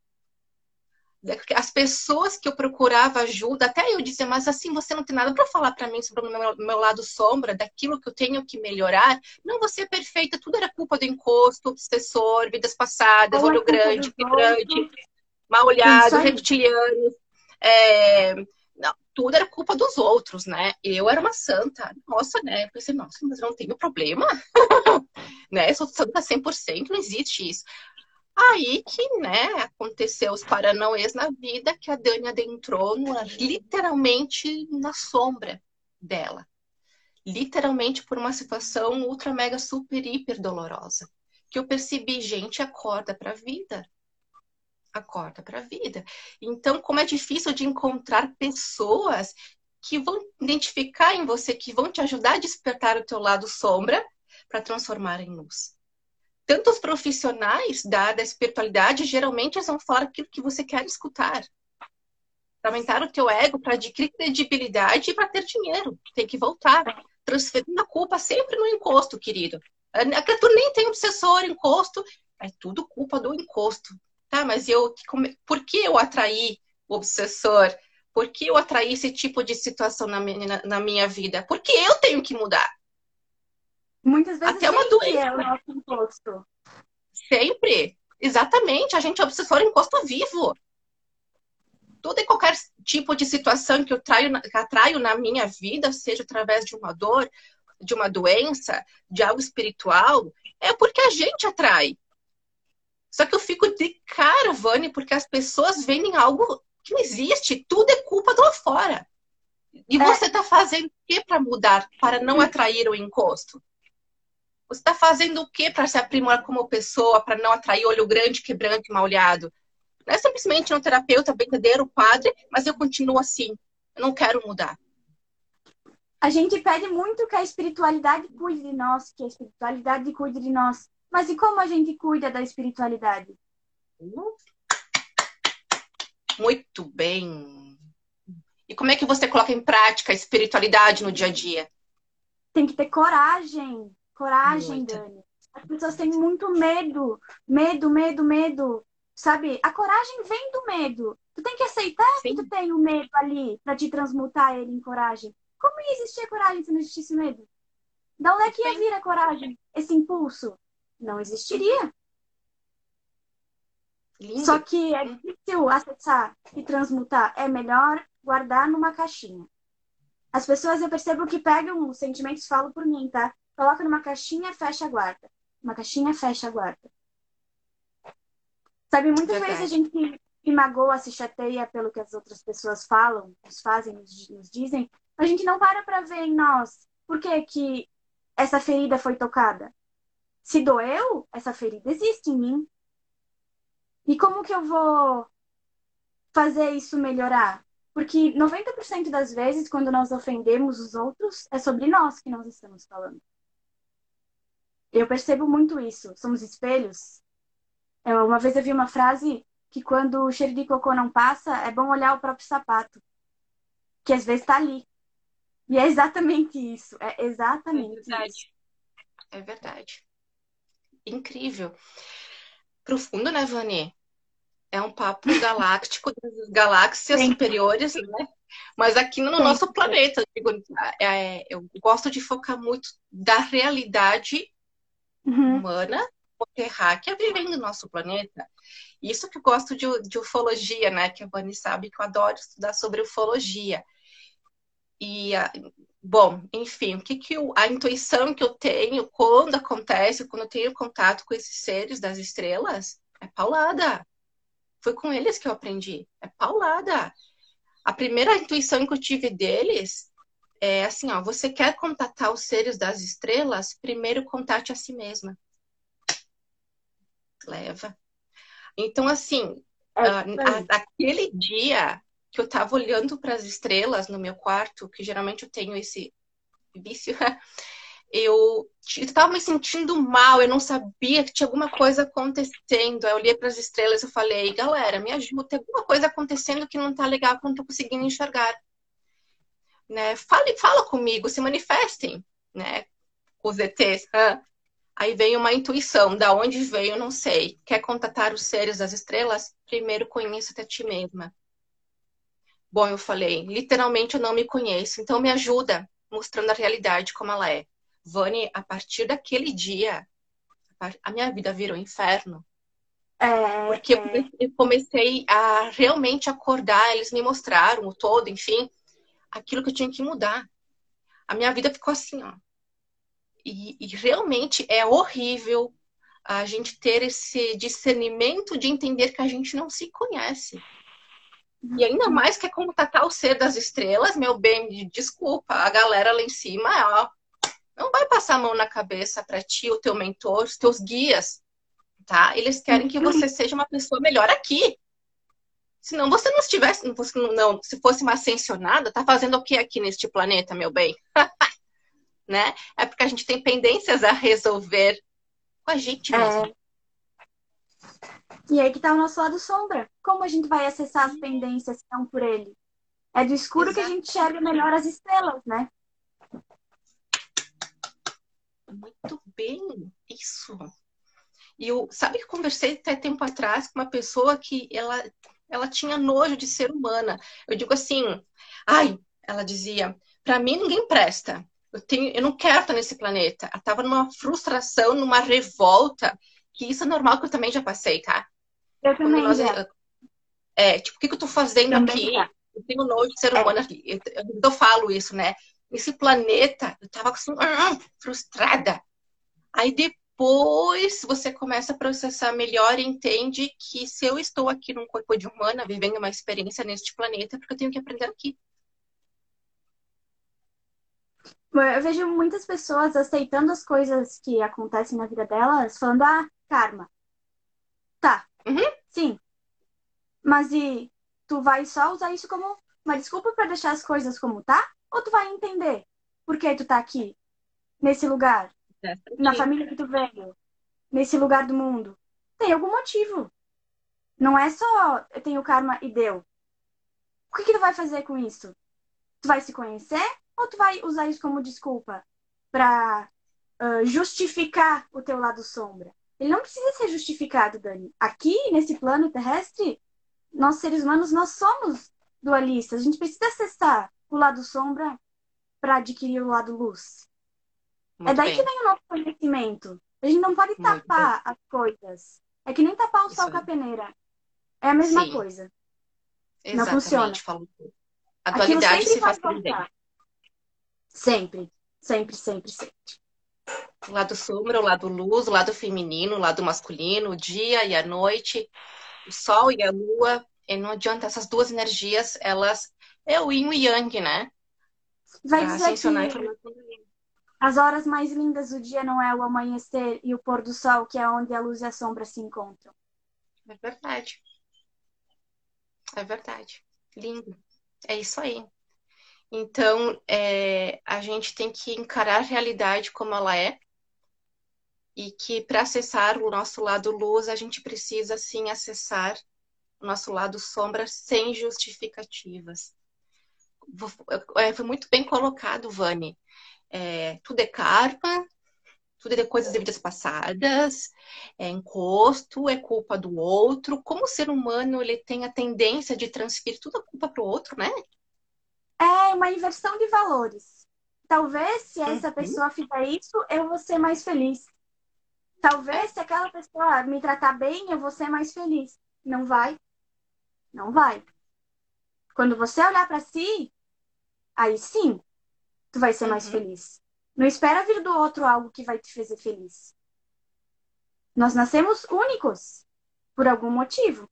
A: As pessoas que eu procurava ajuda, até eu dizia, mas assim, você não tem nada para falar para mim sobre o meu lado sombra, daquilo que eu tenho que melhorar. Não, você é perfeita, tudo era culpa do encosto, obsessor, vidas passadas,
B: Ou é
A: olho
B: culpa dos
A: grande, vibrante,
B: outros.
A: mal
B: Isso
A: olhado,
B: aí.
A: reptiliano. É... Não, tudo era culpa dos outros, né? Eu era uma santa. Nossa, né? Eu pensei, nossa, mas eu não tenho problema, né? Eu sou santa 100%, não existe isso. Aí que, né, aconteceu os paranauês na vida, que a Dani adentrou literalmente na sombra dela. Literalmente por uma situação ultra, mega, super, hiper dolorosa. Que eu percebi, gente, acorda pra vida. Acorda pra vida. Então, como é difícil de encontrar pessoas que vão identificar em você, que vão te ajudar a despertar o teu lado sombra para transformar em luz. Tanto os profissionais da espiritualidade, geralmente eles vão falar aquilo que você quer escutar. Para aumentar o teu ego, para adquirir credibilidade e para ter dinheiro. Tem que voltar. Transferindo a culpa sempre no encosto, querido. A criatura nem tem obsessor, encosto. É tudo culpa do encosto. Tá, mas por que eu atraí o obsessor? Por que eu atraí esse tipo de situação na minha vida? Porque eu tenho que mudar.
B: Muitas vezes a
A: Até uma
B: gente
A: doença.
B: é o nosso imposto.
A: Sempre. Exatamente. A gente é obsessor em encosto vivo. todo e qualquer tipo de situação que eu atraio na minha vida, seja através de uma dor, de uma doença, de algo espiritual, é porque a gente atrai. Só que eu fico de cara, Vani, porque as pessoas vendem algo que não existe. Tudo é culpa do lá fora. E você está fazendo o que para mudar, para não atrair o encosto? Você está fazendo o que para se aprimorar como pessoa, para não atrair olho grande, quebrante, mal olhado? Não é simplesmente um terapeuta, verdadeiro, padre, mas eu continuo assim. Eu não quero mudar.
B: A gente pede muito que a espiritualidade cuide de nós, que a espiritualidade cuide de nós. Mas e como a gente cuida da espiritualidade?
A: Muito bem. E como é que você coloca em prática a espiritualidade no dia a dia?
B: Tem que ter coragem. Coragem,
A: Muita.
B: Dani. As pessoas têm muito medo. Medo, medo, medo. Sabe? A coragem vem do medo. Tu tem que aceitar que tu
A: Sim.
B: tem o medo ali para te transmutar ele em coragem. Como ia existir a coragem se não existisse medo? Da onde é que ia
A: Sim.
B: vir a coragem? Esse impulso? Não existiria. Só
A: Lindo.
B: que é difícil acessar e transmutar. É melhor guardar numa caixinha. As pessoas, eu percebo que pegam os sentimentos, falo por mim, tá? Coloca numa caixinha, fecha, guarda. Uma caixinha, fecha, guarda. Sabe, muitas vezes a
A: Verdade.
B: gente se magoa, se chateia pelo que as outras pessoas falam, nos fazem, nos dizem. A gente não para ver em nós. Por que que essa ferida foi tocada? Se doeu, essa ferida existe em mim. E como que eu vou fazer isso melhorar? Porque 90% das vezes, quando nós ofendemos os outros, é sobre nós que nós estamos falando. Eu percebo muito isso. Somos espelhos. Uma vez eu vi uma frase que quando o cheiro de cocô não passa, é bom olhar o próprio sapato, que às vezes está ali. E é exatamente isso. É
A: É
B: exatamente isso.
A: verdade. É verdade. Incrível. Profundo, né, Vani? É um papo galáctico das galáxias
B: Tem,
A: superiores, né? Mas aqui no
B: tem.
A: nosso planeta, eu gosto de focar muito da realidade
B: Uhum.
A: humana, terráquea, vivendo no nosso planeta. Isso que eu gosto de ufologia, né? Que a Vani sabe que eu adoro estudar sobre ufologia. E, bom, enfim, a intuição que eu tenho quando acontece, quando eu tenho contato com esses seres das estrelas, é paulada. Foi com eles que eu aprendi. É paulada. A primeira intuição que eu tive deles é assim, ó, você quer contatar os seres das estrelas? Primeiro contate a si mesma. Leva. Então, assim,
B: É isso aí.
A: aquele dia que eu tava olhando para as estrelas no meu quarto, que geralmente eu tenho esse vício, eu estava me sentindo mal, eu não sabia que tinha alguma coisa acontecendo. Aí eu olhei para as estrelas e falei, galera, me ajuda, tem alguma coisa acontecendo que não tá legal, que eu não tô conseguindo enxergar. Né? Fala comigo, se manifestem, né? Os ETs. Aí veio uma intuição, da onde veio, não sei. Quer contatar os seres das estrelas? Primeiro conheça-te a ti mesma. Bom, eu falei, literalmente eu não me conheço, então me ajuda, mostrando a realidade como ela é. Vani, a partir daquele dia, a minha vida virou inferno. Porque eu comecei a realmente acordar, eles me mostraram o todo, enfim, aquilo que eu tinha que mudar. A minha vida ficou assim, ó. E realmente é horrível a gente ter esse discernimento de entender que a gente não se conhece. E ainda mais que é contatar o ser das estrelas, meu bem, me desculpa, a galera lá em cima, ó, não vai passar a mão na cabeça para ti, o teu mentor, os teus guias, tá? Eles querem que você seja uma pessoa melhor aqui. Senão você não estivesse, não, se fosse uma ascensionada, tá fazendo o que aqui neste planeta, meu bem? Né? É porque a gente tem pendências a resolver com a gente mesmo.
B: É, e aí que tá o nosso lado sombra. Como a gente vai acessar as pendências que estão por ele? É do escuro que a
A: Exato.
B: gente enxerga melhor as estrelas, né?
A: Muito bem, isso. E eu, sabe que eu conversei até tempo atrás com uma pessoa que ela tinha nojo de ser humana. Eu digo assim, ai, ela dizia, para mim ninguém presta. Eu não quero estar nesse planeta. Ela estava numa frustração, numa revolta, que isso é normal que eu também já passei, tá?
B: Eu
A: Quando
B: também
A: nós
B: já.
A: Tipo, o que que eu tô fazendo
B: Também
A: aqui?
B: já.
A: Eu tenho nojo de ser
B: É.
A: humano aqui. Eu falo isso, né? Esse planeta, eu tava assim, frustrada. Aí depois você começa a processar melhor e entende que se eu estou aqui num corpo de humana, vivendo uma experiência neste planeta, é porque eu tenho que aprender aqui.
B: Eu vejo muitas pessoas aceitando as coisas que acontecem na vida delas, falando, ah, karma. Tá,
A: Uhum,
B: sim. Mas e tu vai só usar isso como uma desculpa para deixar as coisas como tá? Ou tu vai entender por que tu tá aqui, nesse lugar, na
A: exatamente.
B: família que tu veio, nesse lugar do mundo? Tem algum motivo. Não é só eu tenho karma e deu. O que que tu vai fazer com isso? Tu vai se conhecer ou tu vai usar isso como desculpa para justificar o teu lado sombra? Ele não precisa ser justificado, Dani. Aqui, nesse plano terrestre, nós seres humanos, nós somos dualistas. A gente precisa acessar o lado sombra para adquirir o lado luz. É
A: Muito
B: daí que
A: bem,
B: vem o nosso conhecimento. A gente não pode
A: muito bem.
B: tapar as coisas. É que nem tapar o sol
A: Isso
B: com a
A: aí.
B: peneira. É a mesma
A: Sim,
B: coisa. Não funciona.
A: exatamente, falou tudo. A
B: Aquilo
A: dualidade
B: sempre
A: se
B: vai
A: faz presente.
B: voltar. Sempre. Sempre, sempre, sempre.
A: O lado sombra, o lado luz, o lado feminino, o lado masculino, o dia e a noite, o sol e a lua. E não adianta, essas duas energias, elas é o yin e o yang, né?
B: Vai
A: Para
B: dizer
A: ascensionar a
B: que
A: informação do yin.
B: as horas mais lindas do dia não é o amanhecer e o pôr do sol, que é onde a luz e a sombra se encontram.
A: É verdade, é verdade. Lindo. É isso aí. Então, a gente tem que encarar a realidade como ela é e que para acessar o nosso lado luz, a gente precisa sim acessar o nosso lado sombra sem justificativas. Foi muito bem colocado, Vani. Tudo é karma, tudo é coisas de vidas passadas, é encosto, é culpa do outro. Como o ser humano ele tem a tendência de transferir toda a culpa para o outro, né?
B: É uma inversão de valores. Talvez, se essa
A: Uhum.
B: pessoa fizer isso, eu vou ser mais feliz. Talvez, se aquela pessoa me tratar bem, eu vou ser mais feliz. Não vai, não vai. Quando você olhar para si, aí sim, tu vai ser mais
A: Uhum.
B: feliz. Não espera vir do outro algo que vai te fazer feliz. Nós nascemos únicos, por algum motivo.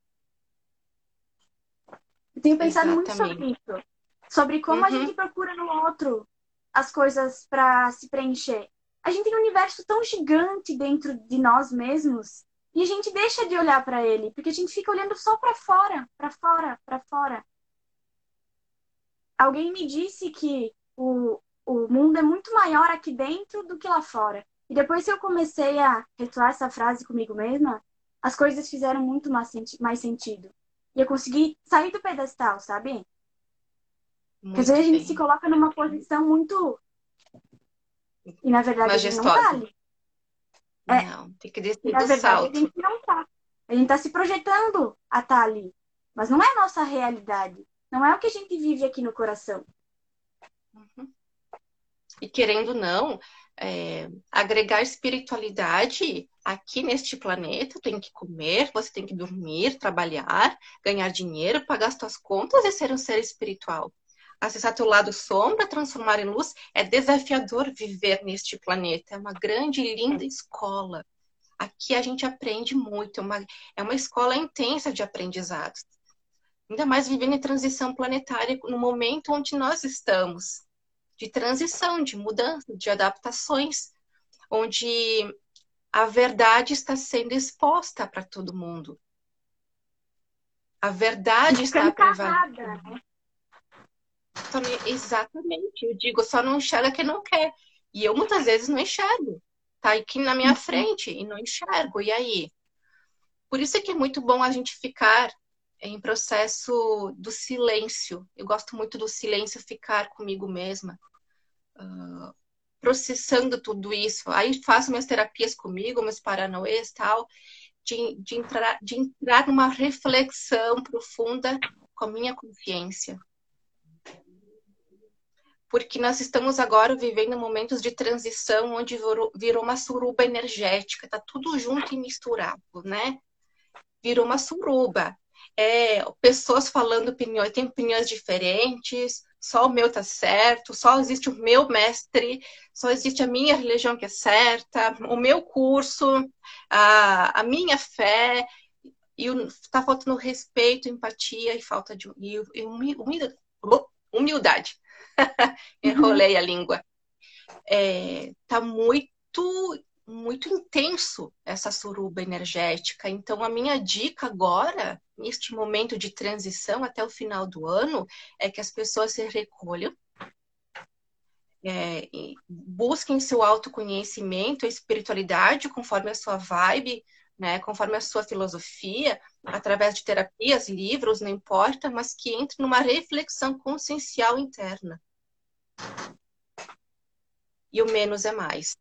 B: Eu tenho pensado muito
A: Exatamente.
B: sobre isso. Sobre como a gente
A: Uhum.
B: procura no outro as coisas para se preencher. A gente tem um universo tão gigante dentro de nós mesmos e a gente deixa de olhar para ele, porque a gente fica olhando só para fora, para fora, para fora. Alguém me disse que o mundo é muito maior aqui dentro do que lá fora. E depois que eu comecei a ressoar essa frase comigo mesma, as coisas fizeram muito mais sentido. E eu consegui sair do pedestal, sabe? Porque às vezes
A: Muito
B: a gente se
A: bem.
B: coloca numa posição muito. E na verdade a gente não tá
A: Majestosa.
B: ali. É,
A: Não, tem que
B: e
A: descer
B: na
A: do
B: verdade a
A: salto.
B: gente não tá. A gente tá se projetando a estar ali. Mas não é a nossa realidade. Não é o que a gente vive aqui no coração.
A: Uhum. E querendo ou não, agregar espiritualidade aqui neste planeta, tem que comer, você tem que dormir, trabalhar, ganhar dinheiro, pagar as suas contas e ser um ser espiritual. Acessar teu lado sombra, transformar em luz, é desafiador viver neste planeta. É uma grande e linda escola. Aqui a gente aprende muito, é uma escola intensa de aprendizados. Ainda mais vivendo em transição planetária no momento onde nós estamos de transição, de mudança, de adaptações, onde a verdade está sendo exposta para todo mundo. A verdade está prevalecendo.
B: Escancarada, né?
A: Exatamente. Eu digo, só não enxerga quem não quer. E eu muitas vezes não enxergo. Tá aqui na minha frente e não enxergo. E aí? Por isso é que é muito bom a gente ficar em processo do silêncio. Eu gosto muito do silêncio, ficar comigo mesma, processando tudo isso. Aí faço minhas terapias comigo, meus paranauês e tal, de entrar numa reflexão profunda com a minha consciência. Porque nós estamos agora vivendo momentos de transição onde virou uma suruba energética, tá tudo junto e misturado, né? Virou uma suruba. pessoas falando opiniões, tem opiniões diferentes, só o meu tá certo, só existe o meu mestre, só existe a minha religião que é certa, o meu curso, a minha fé, e tá faltando respeito, empatia e falta de humildade.
B: Uhum.
A: Enrolei a língua. Tá muito intenso essa suruba energética. Então, a minha dica agora, neste momento de transição até o final do ano, é que as pessoas se recolham, e busquem seu autoconhecimento, a espiritualidade, conforme a sua vibe, né, conforme a sua filosofia, através de terapias, livros, não importa, mas que entre numa reflexão consciencial interna. E o menos é mais.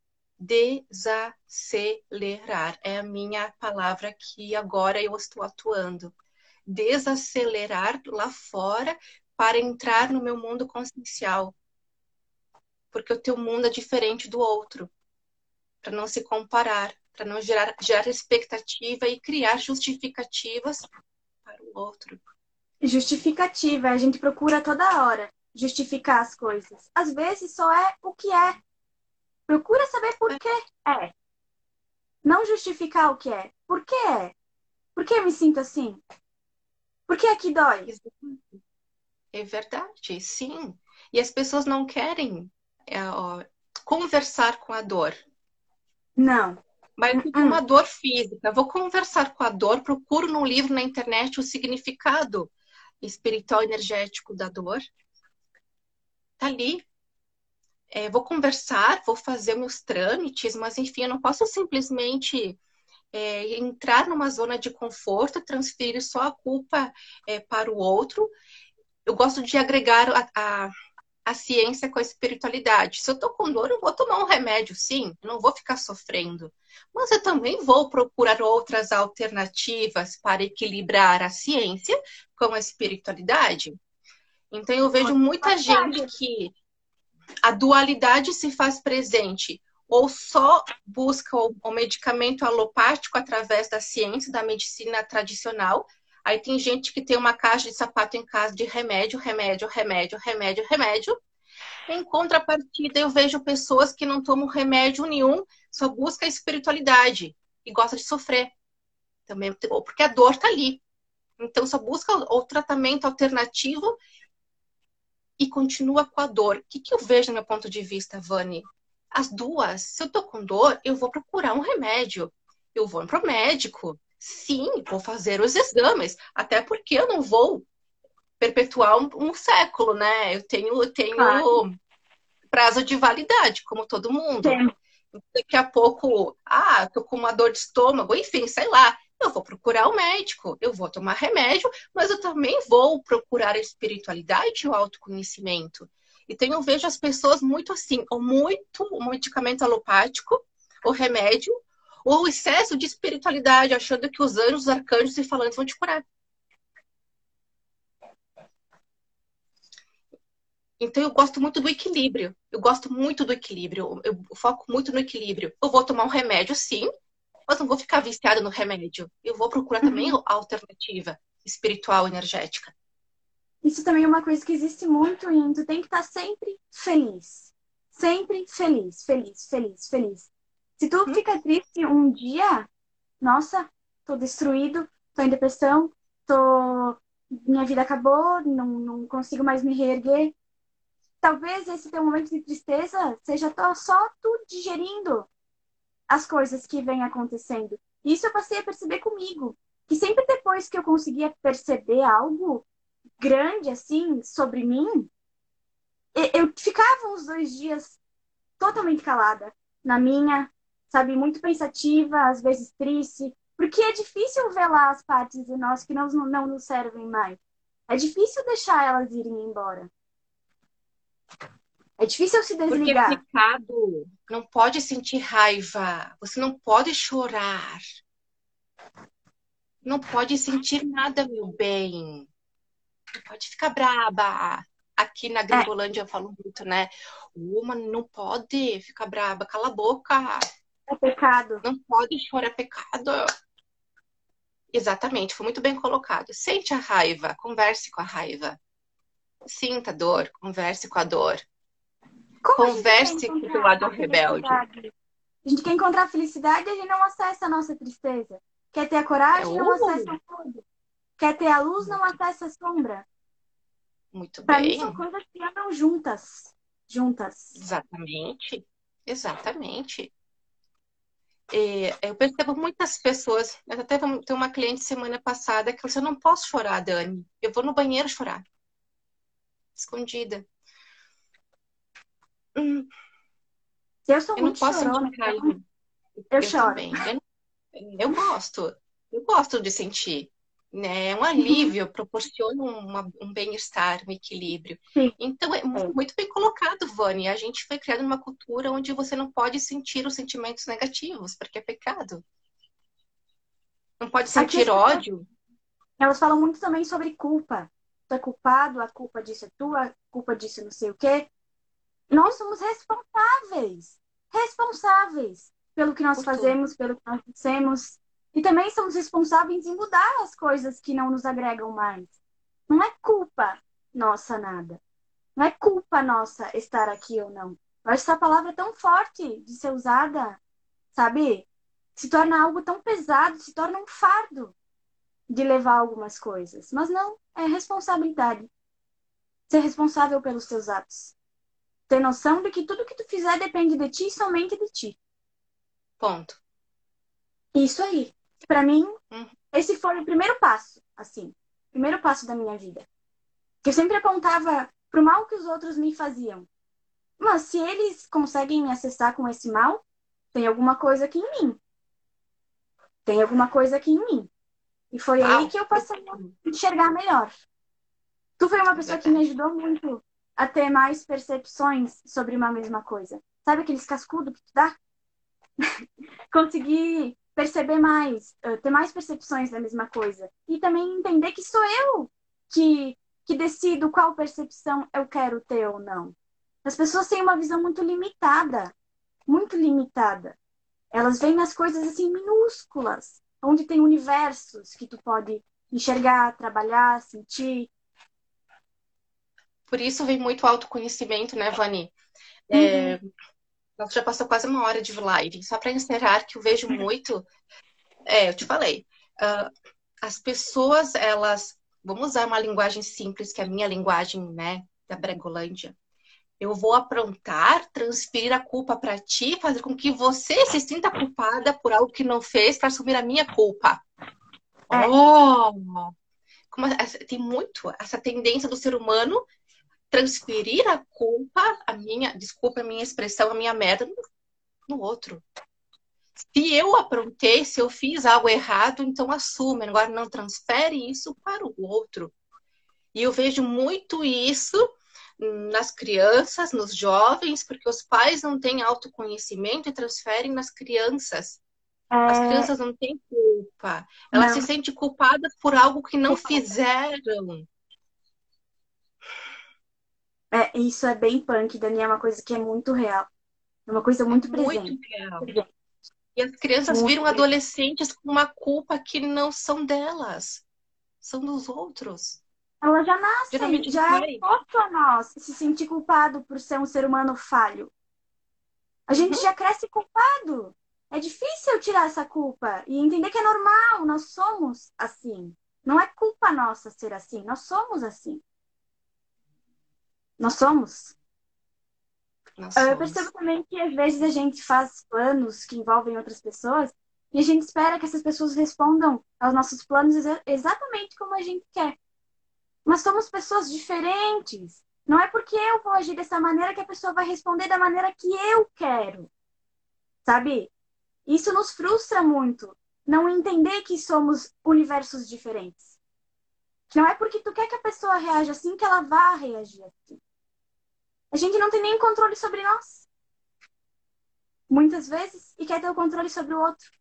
A: Desacelerar é a minha palavra que agora eu estou atuando. Desacelerar lá fora para entrar no meu mundo consciencial. Porque o teu mundo é diferente do outro. Para não se comparar, para não gerar expectativa e criar justificativas para o outro.
B: Justificativa, a gente procura toda hora justificar as coisas. Às vezes só é o que é. Procura saber por que é. Não justificar o que é. Por que é? Por que eu me sinto assim? Por que aqui dói?
A: É verdade, sim. E as pessoas não querem conversar com a dor.
B: Não.
A: Mas eu tive uma dor física. Vou conversar com a dor, procuro num livro na internet o significado espiritual energético da dor. Tá ali. Vou conversar, vou fazer meus trâmites, mas enfim, eu não posso simplesmente entrar numa zona de conforto, transferir só a culpa para o outro. Eu gosto de agregar a ciência com a espiritualidade. Se eu tô com dor, eu vou tomar um remédio, sim, eu não vou ficar sofrendo. Mas eu também vou procurar outras alternativas para equilibrar a ciência com a espiritualidade. Então eu vejo muita gente que a dualidade se faz presente ou só busca o medicamento alopático através da ciência, da medicina tradicional. Aí tem gente que tem uma caixa de sapato em casa de remédio, remédio, remédio, remédio, remédio. Em contrapartida, eu vejo pessoas que não tomam remédio nenhum, só busca a espiritualidade e gosta de sofrer também, porque a dor tá ali. Então, só busca o tratamento alternativo e continua com a dor. O que eu vejo do meu ponto de vista, Vani? As duas, se eu tô com dor, eu vou procurar um remédio. Eu vou pro médico. Sim, vou fazer os exames. Até porque eu não vou perpetuar um século, né? Eu tenho prazo de validade, como todo mundo.
B: Tem.
A: Daqui a pouco, tô com uma dor de estômago, enfim, sei lá. Eu vou procurar o médico, eu vou tomar remédio, mas eu também vou procurar a espiritualidade e o autoconhecimento. Então eu vejo as pessoas muito assim, ou muito o medicamento alopático, o remédio, ou o excesso de espiritualidade, achando que os anjos, os arcanjos e falantes vão te curar. Então eu gosto muito do equilíbrio. Eu gosto muito do equilíbrio. Eu foco muito no equilíbrio. Eu vou tomar um remédio, sim, mas não vou ficar viciada no remédio. Eu vou procurar também a alternativa espiritual, energética.
B: Isso também é uma coisa que existe muito em tu tem que estar sempre feliz. Sempre feliz, feliz, feliz, feliz. Se tu fica triste um dia, nossa, tô destruído, tô em depressão, minha vida acabou, não consigo mais me reerguer. Talvez esse teu momento de tristeza seja só tu digerindo as coisas que vêm acontecendo. Isso eu passei a perceber comigo. Que sempre depois que eu conseguia perceber algo grande, assim, sobre mim, eu ficava uns 2 dias totalmente calada. Na minha, sabe, muito pensativa, às vezes triste. Porque é difícil ver lá as partes de nós que não nos servem mais. É difícil deixar elas irem embora. É difícil se
A: Porque
B: desligar.
A: pecado não pode sentir raiva, você não pode chorar, não pode sentir nada, meu bem. Não pode ficar braba. Aqui na
B: É,
A: Gringolândia eu falo muito, né? Uma não pode ficar braba, cala a boca.
B: é pecado.
A: Não pode chorar, é pecado. Exatamente, foi muito bem colocado. Sente a raiva, converse com a raiva. Sinta a dor, converse com a dor.
B: Como a gente quer
A: Converse com o teu
B: encontrar
A: lado
B: a
A: rebelde.
B: felicidade? A gente quer encontrar a felicidade e a gente não acessa a nossa tristeza. Quer ter a
A: É
B: coragem, não acessa
A: o
B: o fogo. Quer ter a luz, não
A: muito,
B: acessa a sombra.
A: muito
B: Para mim, são
A: bem.
B: coisas que andam juntas. Juntas.
A: Exatamente. Exatamente. Eu percebo muitas pessoas. Eu até tem uma cliente semana passada que falou assim: eu não posso chorar, Dani. Eu vou no banheiro chorar, escondida. Hum,
B: Eu sou
A: eu não
B: muito
A: posso sentir
B: chorona, então
A: raiva.
B: eu
A: Eu
B: choro.
A: também. Eu gosto. Eu gosto de sentir. Né? É um alívio, proporciona um bem-estar, um equilíbrio.
B: Sim,
A: Então, é
B: é.
A: muito bem colocado, Vani. A gente foi criado numa cultura onde você não pode sentir os sentimentos negativos, porque é pecado. Não pode
B: Aqui as
A: sentir
B: pessoas,
A: ódio.
B: elas falam muito também sobre culpa. Tu é culpado, a culpa disso é tua, a culpa disso não sei o quê. Nós somos responsáveis. Responsáveis pelo que nós
A: Por tudo.
B: fazemos, pelo que nós dissemos. E também somos responsáveis em mudar as coisas que não nos agregam mais. Não é culpa nossa nada. Não é culpa nossa estar aqui ou não. Eu acho essa palavra tão forte de ser usada, sabe? Se torna algo tão pesado, se torna um fardo de levar algumas coisas. Mas não, é responsabilidade. Ser responsável pelos teus atos. Ter noção de que tudo que tu fizer depende de ti e somente de ti.
A: Ponto.
B: Isso aí. Para mim,
A: Hum.
B: esse foi o primeiro passo, assim. Primeiro passo da minha vida. Que eu sempre apontava pro mal que os outros me faziam. Mas se eles conseguem me acessar com esse mal, tem alguma coisa aqui em mim. Tem alguma coisa aqui em mim. E foi aí
A: Uau,
B: que eu passei a
A: profundo.
B: enxergar melhor. Tu foi uma
A: É
B: pessoa que me
A: verdade.
B: ajudou muito a ter mais percepções sobre uma mesma coisa. Sabe aqueles cascudos que tu dá? Conseguir perceber mais, ter mais percepções da mesma coisa. E também entender que sou eu que, que decido qual percepção eu quero ter ou não. As pessoas têm uma visão muito limitada, muito limitada. Elas veem as coisas assim minúsculas, onde tem universos que tu pode enxergar, trabalhar, sentir.
A: Por isso vem muito autoconhecimento, né, Vani?
B: Uhum.
A: Nós já passou quase uma hora de live. Só para encerrar, que eu vejo muito. Eu te falei. ah, as pessoas, elas. Vamos usar uma linguagem simples, que é a minha linguagem, né, da Bregolândia. Eu vou aprontar, transferir a culpa para ti, fazer com que você se sinta culpada por algo que não fez para assumir a minha culpa.
B: É,
A: Oh! Tem muito essa tendência do ser humano transferir a culpa, desculpa a minha expressão, a minha merda no outro. Se eu aprontei, se eu fiz algo errado, então assume. Agora não transfere isso para o outro. E eu vejo muito isso nas crianças, nos jovens, porque os pais não têm autoconhecimento e transferem nas crianças. As
B: é,
A: crianças não têm culpa. Elas se
B: não,
A: sentem culpadas por algo que não fizeram.
B: isso é bem punk, Dani, é uma coisa que é muito real. É uma coisa
A: É
B: muito
A: muito
B: presente.
A: real. E as crianças
B: Muito
A: viram
B: presente.
A: adolescentes com uma culpa que não são delas, são dos outros.
B: Elas já nascem,
A: Geralmente do
B: já é
A: pai.
B: imposto a nós se sentir culpado por ser um ser humano falho. A gente
A: Uhum.
B: já cresce culpado. É difícil tirar essa culpa e entender que é normal, nós somos assim. Não é culpa nossa ser assim, nós somos assim. Nós somos.
A: Nós
B: Eu percebo
A: somos.
B: também que às vezes a gente faz planos que envolvem outras pessoas e a gente espera que essas pessoas respondam aos nossos planos exatamente como a gente quer. Mas somos pessoas diferentes. Não é porque eu vou agir dessa maneira que a pessoa vai responder da maneira que eu quero, sabe? Isso nos frustra muito. Não entender que somos universos diferentes. Não é porque tu quer que a pessoa reaja assim que ela vá reagir assim. A gente não tem nem controle sobre nós, muitas vezes, e quer ter o controle sobre o outro.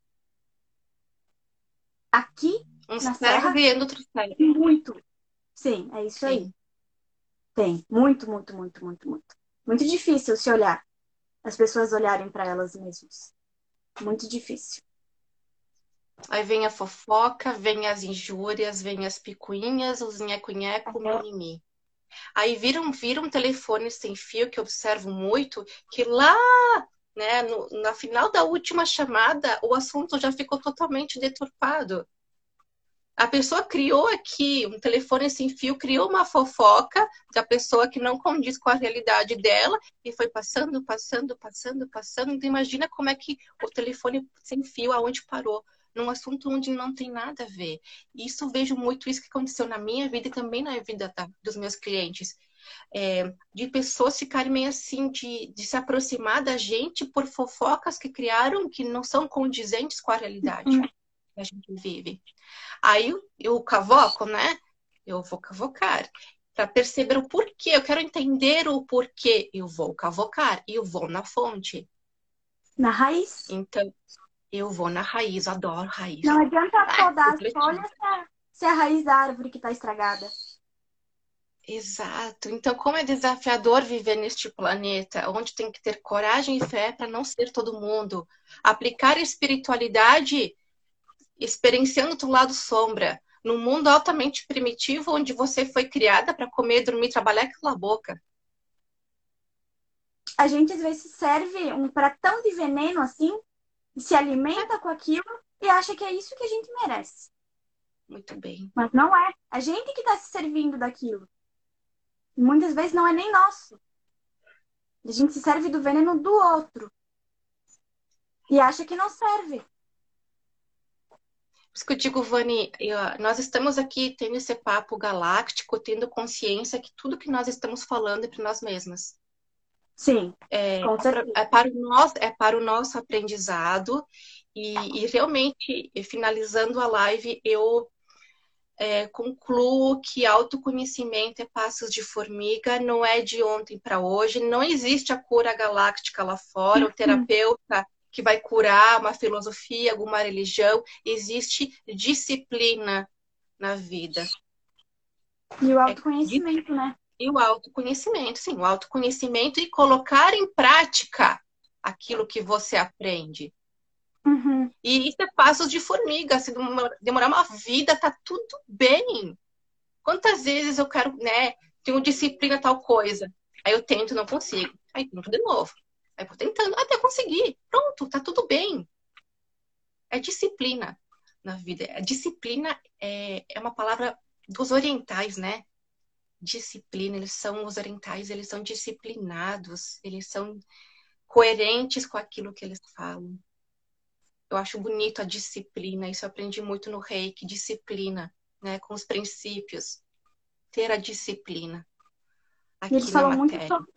B: Aqui,
A: Um
B: na
A: cego
B: Serra,
A: guiando outro cego.
B: tem muito. Sim, é isso aí.
A: Sim.
B: Tem. Muito, muito, muito, muito, muito. Muito difícil se olhar. As pessoas olharem para elas mesmas. Muito difícil.
A: Aí vem a fofoca, vem as injúrias, vem as picuinhas, os nheco-nheco, mimimi. Aí vira um telefone sem fio, que eu observo muito, que lá, né, na final da última chamada, o assunto já ficou totalmente deturpado. A pessoa criou aqui um telefone sem fio, criou uma fofoca da pessoa que não condiz com a realidade dela e foi passando, passando, passando, passando. Então imagina como é que o telefone sem fio, aonde parou, num assunto onde não tem nada a ver. E isso vejo muito isso que aconteceu na minha vida e também na vida dos meus clientes. De pessoas ficarem meio assim, de se aproximar da gente por fofocas que criaram que não são condizentes com a realidade que a gente vive. Aí eu cavoco, né? Eu vou cavocar. Para perceber o porquê, eu quero entender o porquê. Eu vou cavocar e eu vou na fonte.
B: Na raiz.
A: Então, eu vou na raiz, adoro raiz.
B: Não adianta podar as
A: Refletindo.
B: folhas se a raiz da árvore que está estragada.
A: Exato. Então, como é desafiador viver neste planeta, onde tem que ter coragem e fé para não ser todo mundo. Aplicar espiritualidade experienciando do lado sombra, num mundo altamente primitivo, onde você foi criada para comer, dormir, trabalhar e calar a boca.
B: A gente às vezes serve um pratão de veneno assim, se alimenta com aquilo e acha que é isso que a gente merece.
A: Muito bem.
B: Mas não é. A gente que está se servindo daquilo. Muitas vezes não é nem nosso. A gente se serve do veneno do outro. E acha que não serve.
A: Por isso que eu digo, Vani, nós estamos aqui tendo esse papo galáctico, tendo consciência que tudo que nós estamos falando é para nós mesmas.
B: Sim, com certeza.
A: É para o nosso aprendizado. E realmente, finalizando a live, eu concluo que autoconhecimento é passos de formiga, não é de ontem para hoje, não existe a cura galáctica lá fora, o terapeuta que vai curar uma filosofia, alguma religião, existe disciplina na vida.
B: E o autoconhecimento, né?
A: E o autoconhecimento, sim, o autoconhecimento e colocar em prática aquilo que você aprende.
B: Uhum.
A: E isso é passos de formiga, se demorar uma vida, tá tudo bem. Quantas vezes eu quero, né? Tenho disciplina tal coisa. Aí eu tento, não consigo. Aí tento de novo. Aí vou tentando até conseguir. Pronto, tá tudo bem. É disciplina na vida. A disciplina é uma palavra dos orientais, né? Disciplina, eles são os orientais, eles são disciplinados, eles são coerentes com aquilo que eles falam. Eu acho bonito a disciplina, isso eu aprendi muito no Reiki, disciplina, né? Com os princípios. Ter a disciplina
B: E eles
A: aqui na
B: falam muito
A: matéria.
B: sobre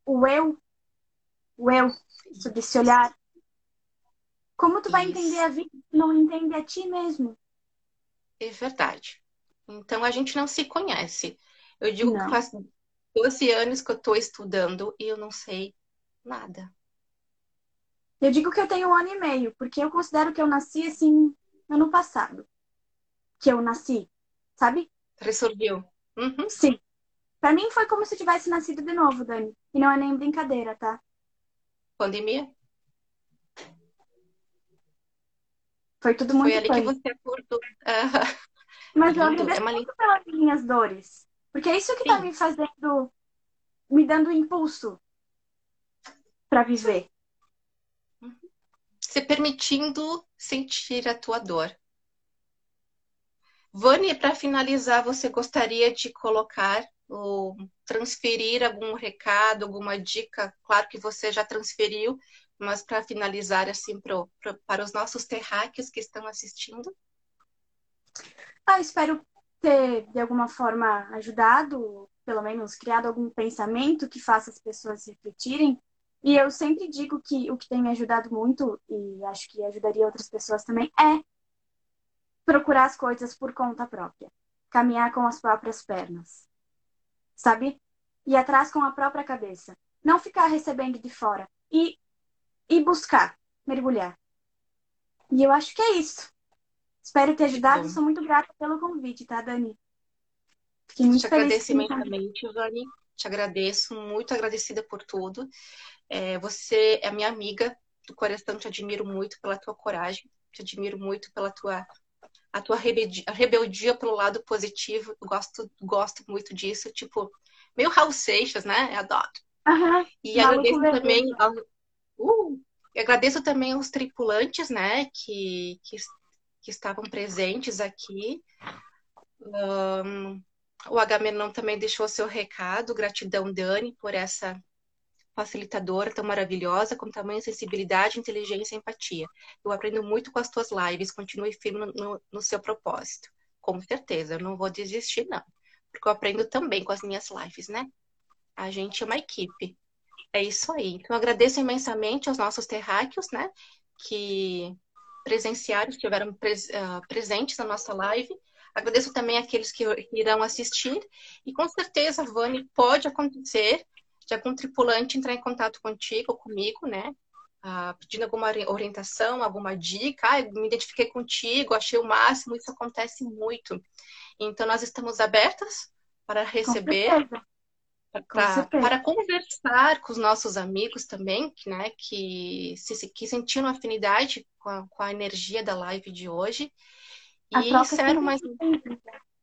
B: o eu, sobre esse olhar. Como tu vai entender
A: Isso,
B: a vida se não entende a ti mesmo?
A: é verdade. Então a gente não se conhece. Eu digo que
B: Não.
A: faz 12 anos que eu estou estudando e eu não sei nada.
B: Eu digo que eu tenho 1 ano e meio, porque eu considero que eu nasci assim, ano passado. Que eu nasci, sabe?
A: Ressurgiu. Uhum.
B: Sim. Pra mim foi como se eu tivesse nascido de novo, Dani. E não é nem brincadeira, tá?
A: Pandemia.
B: Foi tudo
A: Foi
B: muito
A: ali que
B: pânico.
A: você acordou. Ah,
B: Mas eu
A: lindo. É
B: agradeço
A: uma
B: muito pelas minhas dores. Porque é isso que tá
A: sim,
B: me fazendo, me dando impulso pra viver.
A: se permitindo sentir a tua dor. Vani, para finalizar, você gostaria de colocar ou transferir algum recado, alguma dica? Claro que você já transferiu, mas para finalizar, assim, para os nossos terráqueos que estão assistindo.
B: Espero ter, de alguma forma, ajudado, pelo menos criado algum pensamento que faça as pessoas refletirem. E eu sempre digo que o que tem me ajudado muito, e acho que ajudaria outras pessoas também, é procurar as coisas por conta própria. Caminhar com as próprias pernas, sabe? Ir atrás com a própria cabeça. Não ficar recebendo de fora. E buscar, mergulhar. E eu acho que é isso. Espero ter
A: Que
B: ajudado.
A: bom.
B: Sou muito grata pelo convite, tá, Dani? Fiquei
A: Te
B: muito feliz que
A: agradeço
B: você me convidou.
A: imensamente, Vani. Te agradeço, muito agradecida por tudo. Você é minha amiga do coração, te admiro muito pela tua coragem. te admiro muito pela a tua rebeldia pelo lado positivo. Eu gosto muito disso, tipo, meio Raul Seixas, né? Eu adoro.
B: Aham,
A: E
B: maluco
A: agradeço também,
B: beleza.
A: e agradeço também aos tripulantes, né, que estavam presentes aqui. O Agamenon também deixou seu recado. Gratidão, Dani, por essa facilitadora tão maravilhosa, com tamanha sensibilidade, inteligência e empatia. Eu aprendo muito com as tuas lives. Continue firme no seu propósito. Com certeza, eu não vou desistir, não. Porque eu aprendo também com as minhas lives, né? A gente é uma equipe. É isso aí. Então, eu agradeço imensamente aos nossos terráqueos, né? Que presenciaram, estiveram presentes na nossa live. Agradeço também àqueles que irão assistir. E com certeza, Vani, pode acontecer de algum tripulante entrar em contato contigo ou comigo, né? Pedindo alguma orientação, alguma dica. Me identifiquei contigo, achei o máximo. Isso acontece muito. Então, nós estamos abertas para
B: Com
A: receber,
B: certeza, com certeza.
A: para conversar com os nossos amigos também, né, que sentiram afinidade com a energia da live de hoje.
B: A
A: E
B: troca é
A: encerro
B: sempre
A: mais
B: importante.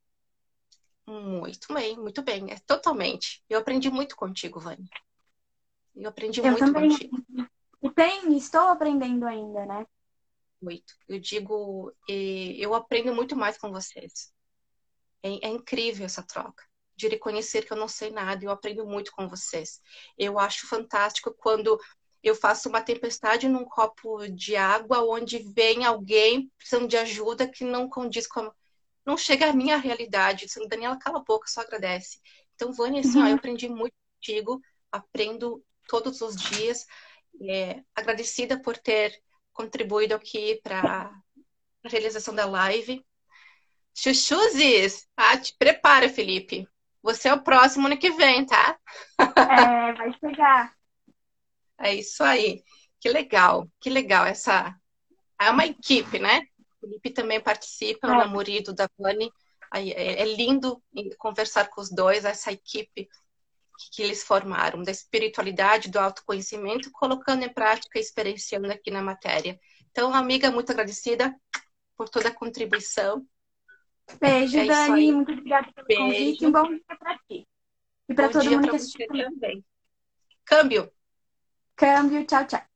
A: muito bem, é totalmente. Eu aprendi muito contigo, Vânia. Eu aprendi
B: Eu
A: muito
B: também.
A: contigo,
B: Estou aprendendo ainda, né?
A: muito. Eu digo, eu aprendo muito mais com vocês. É incrível essa troca. De reconhecer que eu não sei nada, eu aprendo muito com vocês. Eu acho fantástico quando eu faço uma tempestade num copo de água, onde vem alguém precisando de ajuda que não condiz com não chega à minha realidade. Dizendo, Daniela, cala a boca, só agradece. Então, Vânia, assim, ó, eu
B: Uhum.
A: aprendi muito contigo, aprendo todos os dias. Agradecida por ter contribuído aqui para a realização da live. Chuchuzes! Te prepara, Felipe. Você é o próximo ano que vem, tá?
B: É, vai chegar.
A: É isso aí. Que legal, que legal. Essa é uma equipe, né? O Felipe também participa, é o
B: É,
A: namorado da Vani. É lindo conversar com os dois, essa equipe que eles formaram, da espiritualidade, do autoconhecimento, colocando em prática e experienciando aqui na matéria. Então, amiga, muito agradecida por toda a contribuição.
B: beijo,
A: É isso
B: Dani.
A: aí.
B: Muito obrigada pelo convite e um
A: Beijo.
B: bom dia para ti. E para
A: Bom
B: todo
A: dia
B: mundo
A: para
B: que assistiu
A: você
B: também.
A: também. Câmbio.
B: Câmbio, tchau, tchau.